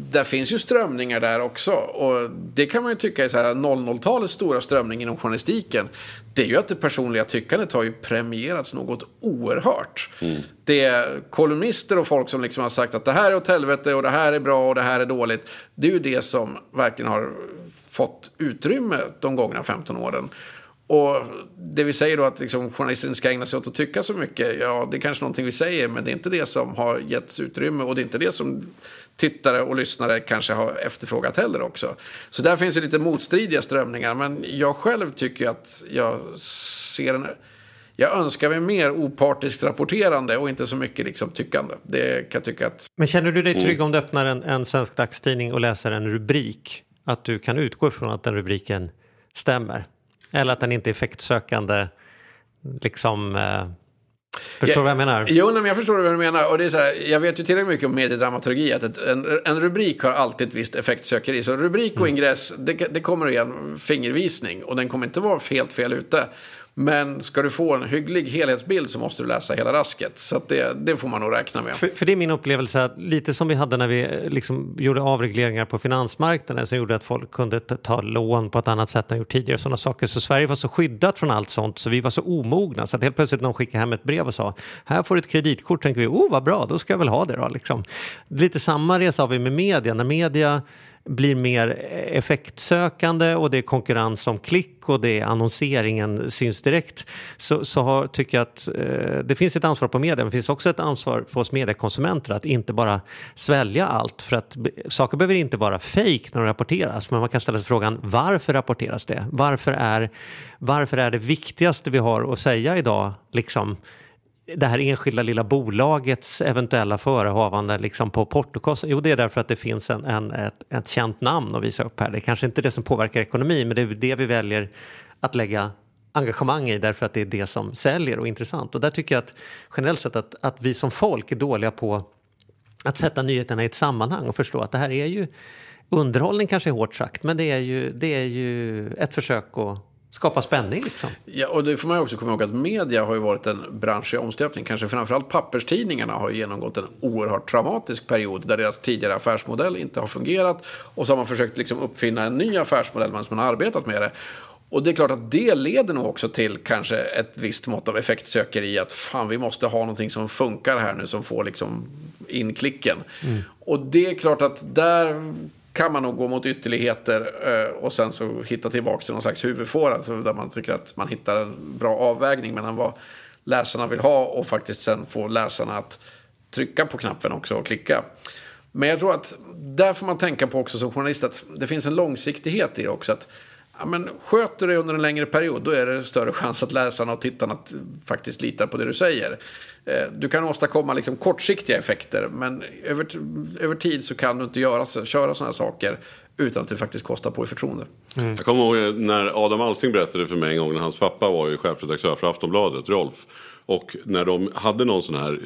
där finns ju strömningar där också. Och det kan man ju tycka är så här noll noll-talets stora strömning inom journalistiken. Det är ju att det personliga tyckandet har ju premierats något oerhört. Mm. Det är kolumnister och folk som liksom har sagt att det här är åt helvete och det här är bra och det här är dåligt. Det är ju det som verkligen har fått utrymme de gångna femton åren. Och det vi säger då att liksom journalister inte ska ägna sig åt att tycka så mycket, ja, det är kanske någonting vi säger, men det är inte det som har getts utrymme och det är inte det som tittare och lyssnare kanske har efterfrågat heller också. Så där finns ju lite motstridiga strömningar, men jag själv tycker att jag ser en... Jag önskar mig mer opartiskt rapporterande och inte så mycket liksom tyckande. Det kan jag tycka att... Men känner du dig trygg om du öppnar en, en svensk dagstidning och läser en rubrik? Att du kan utgå från att den rubriken stämmer? Eller att den inte är effektsökande liksom... Eh, förstår du vad jag menar? Jo, men jag förstår vad du menar. Och det är så här, jag vet ju tillräckligt mycket om mediedramaturgi att ett, en, en rubrik har alltid ett visst effektsökeri. Så rubrik och ingress, det, det kommer igen fingervisning. Och den kommer inte vara helt fel ute. Men ska du få en hygglig helhetsbild så måste du läsa hela rasket. Så att det, det får man nog räkna med. För, för det är min upplevelse att lite som vi hade när vi liksom gjorde avregleringar på finansmarknaden som gjorde att folk kunde ta lån på ett annat sätt än gjort tidigare. Sådana saker. Så Sverige var så skyddat från allt sånt så vi var så omogna. Så att helt plötsligt någon skickade hem ett brev och sa här får du ett kreditkort. Tänker vi, oh vad bra, då ska jag väl ha det då. Liksom. Lite samma resa har vi med media. När media blir mer effektsökande och det är konkurrens om klick och det är annonseringen syns direkt så, så har, tycker jag att eh, det finns ett ansvar på media men det finns också ett ansvar för oss mediekonsumenter att inte bara svälja allt för att saker behöver inte vara fake när de rapporteras men man kan ställa sig frågan varför rapporteras det? Varför är, varför är det viktigaste vi har att säga idag liksom det här enskilda lilla bolagets eventuella förehavande liksom på portokost. Jo, det är därför att det finns en, en, ett, ett känt namn att visa upp här. Det är kanske inte det som påverkar ekonomin, men det är det vi väljer att lägga engagemang i därför att det är det som säljer och är intressant. Och där tycker jag att generellt sett att, att vi som folk är dåliga på att sätta nyheterna i ett sammanhang och förstå att det här är ju underhållning kanske är hårt sagt, men det är ju, det är ju ett försök att skapa spänning liksom. Ja, och det får man ju också komma ihåg att media har ju varit en bransch i omstöpning. Kanske framförallt papperstidningarna har ju genomgått en oerhört traumatisk period där deras tidigare affärsmodell inte har fungerat. Och så har man försökt liksom uppfinna en ny affärsmodell medan man har arbetat med det. Och det är klart att det leder nog också till kanske ett visst mått av effektsökeri att fan vi måste ha någonting som funkar här nu som får liksom inklicken. Mm. Och det är klart att där kan man nog gå mot ytterligheter och sen så hitta tillbaka till någon slags huvudfåra alltså där man tycker att man hittar en bra avvägning mellan vad läsarna vill ha och faktiskt sen få läsarna att trycka på knappen också och klicka. Men jag tror att där får man tänka på också som journalist att det finns en långsiktighet i det också att ja, men sköter du det under en längre period då är det större chans att läsarna och tittarna faktiskt litar på det du säger. Du kan åstadkomma liksom kortsiktiga effekter men över, över tid så kan du inte göra, köra sådana här saker utan att det faktiskt kostar på i förtroende. Mm. Jag kommer ihåg när Adam Alsing berättade för mig en gång när hans pappa var ju chefredaktör för Aftonbladet, Rolf. Och när de hade någon sån här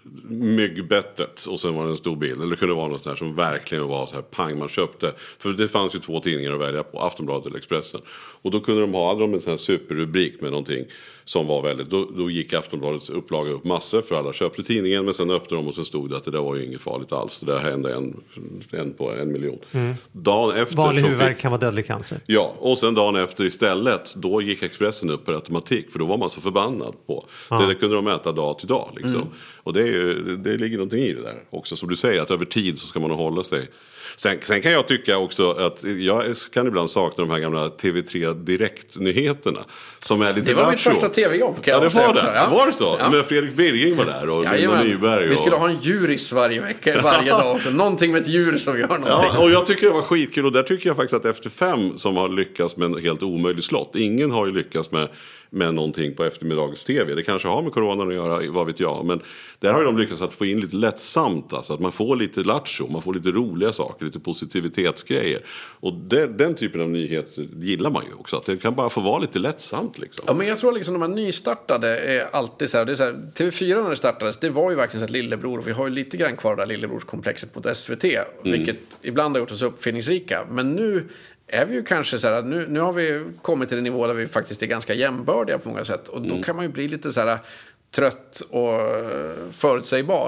myggbettet och sen var det en stor bild. Eller det kunde vara något sån här som verkligen var så här pang man köpte. För det fanns ju två tidningar att välja på, Aftonbladet eller Expressen. Och då kunde de ha, hade de en sån här superrubrik med någonting som var väldigt, då, då gick Aftonbladets upplaga upp massor för alla köpte tidningen. Men sen öppnade de och så stod det att det där var ju inget farligt alls. Det där hände en, en på en miljon. Mm. Dagen efter vanlig huvudvärk kan vara dödlig cancer. Ja, och sen dagen efter istället, då gick Expressen upp per automatik. För då var man så förbannad på. Ja. Det, det kunde de mäta dag till dag liksom. Mm. Och det, är ju, det, det ligger någonting i det där också. Som du säger, att över tid så ska man hålla sig. Sen, sen kan jag tycka också att jag kan ibland sakna de här gamla T V tre Direkt-nyheterna. Som är lite det var lattjo. mitt första tv-jobb. Ja, det var det. Ja. Var det så? Ja. Men Fredrik Birging var där och Linda Nyberg. Och... Vi skulle ha en djuris varje vecka, varje dag också. Någonting med ett djur som gör någonting. Ja, och jag tycker det var skitkul. Och där tycker jag faktiskt att Efter fem som har lyckats med en helt omöjlig slott. Ingen har ju lyckats med, med någonting på eftermiddags tv. Det kanske har med coronan att göra, vad vet jag. Men där har ju de lyckats att få in lite lättsamt. Alltså att man får lite lattjo, man får lite roliga saker, lite positivitetsgrejer. Och det, den typen av nyheter gillar man ju också. Att det kan bara få vara lite lättsamt liksom. Ja, men jag tror liksom de här nystartade är alltid så här, det är så här, T V fyra när det startades, det var ju verkligen ett lillebror. Vi har ju lite grann kvar det där lillebrorskomplexet mot S V T. Mm. Vilket ibland har gjort oss uppfinningsrika. Men nu är vi ju kanske så här, nu, nu har vi kommit till en nivå där vi faktiskt är ganska jämbördiga på många sätt. Och då mm. kan man ju bli lite så här trött och förutsägbar.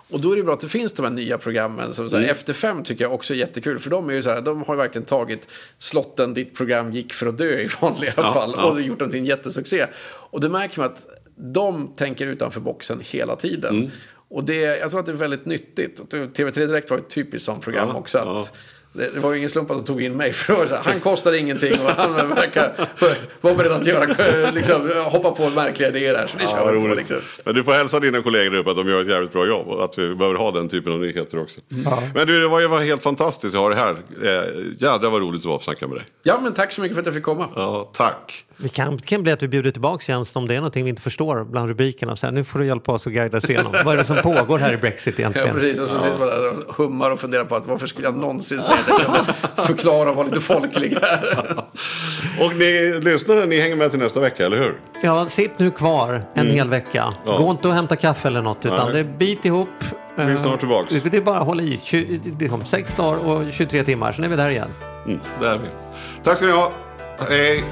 Och då är det bra att det finns de här nya programmen. Som så här, mm. Efter fem tycker jag också är jättekul. För de är ju så här, de har ju verkligen tagit slotten ditt program gick för att dö i vanliga ja, fall. Ja. Och gjort den till en jättesuccé. Och det märker man att de tänker utanför boxen hela tiden. Mm. Och det, jag tror att det är väldigt nyttigt. T V tre Direkt var ett typiskt sånt program ja, också. Att ja. Det, det var ju ingen slump att de tog in mig. För att han kostade ingenting och han verkar vara beredd att göra, liksom, hoppa på märkliga idéer där. Så det ja, kör på, liksom. Men du får hälsa dina kollegor upp att de gör ett jävligt bra jobb. Och att vi behöver ha den typen av nyheter också. Mm. Ja. Men du, det var ju var helt fantastiskt att ha det här. Eh, jädrar vad roligt det var att snacka med dig. Ja, men tack så mycket för att jag fick komma. Ja, tack. Det kan, kan bli att vi bjuder tillbaka Jens om det är någonting vi inte förstår bland rubrikerna. Så här, nu får du hjälpa oss att guida oss igenom. Vad är det som pågår här i Brexit egentligen? Ja, precis. Och så ja. sitter man där och hummar och funderar på att varför skulle jag någonsin säga det? Kan man förklara och vara lite folklig här. Och ni lyssnare, ni hänger med till nästa vecka, eller hur? Ja, sitt nu kvar en mm. hel vecka. Ja. Gå inte och hämta kaffe eller något, utan Nej. det är bit ihop. Vi är snart tillbaka. Det är bara att hålla i. Om sex dagar och tjugotre timmar, så är vi där igen. Mm, där är vi. Tack ska ni ha. Hej.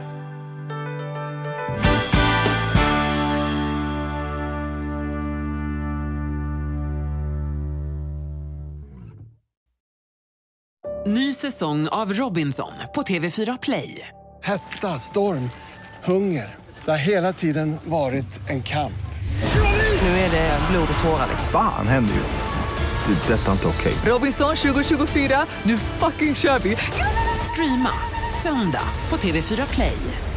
Ny säsong av Robinson på T V fyra Play. Hetta, storm, hunger. Det har hela tiden varit en kamp. Nu är det blod och tårar. Fan händer just det. Det är detta inte okej. Robinson tjugo tjugofyra, nu fucking kör vi. Streama söndag på T V fyra Play.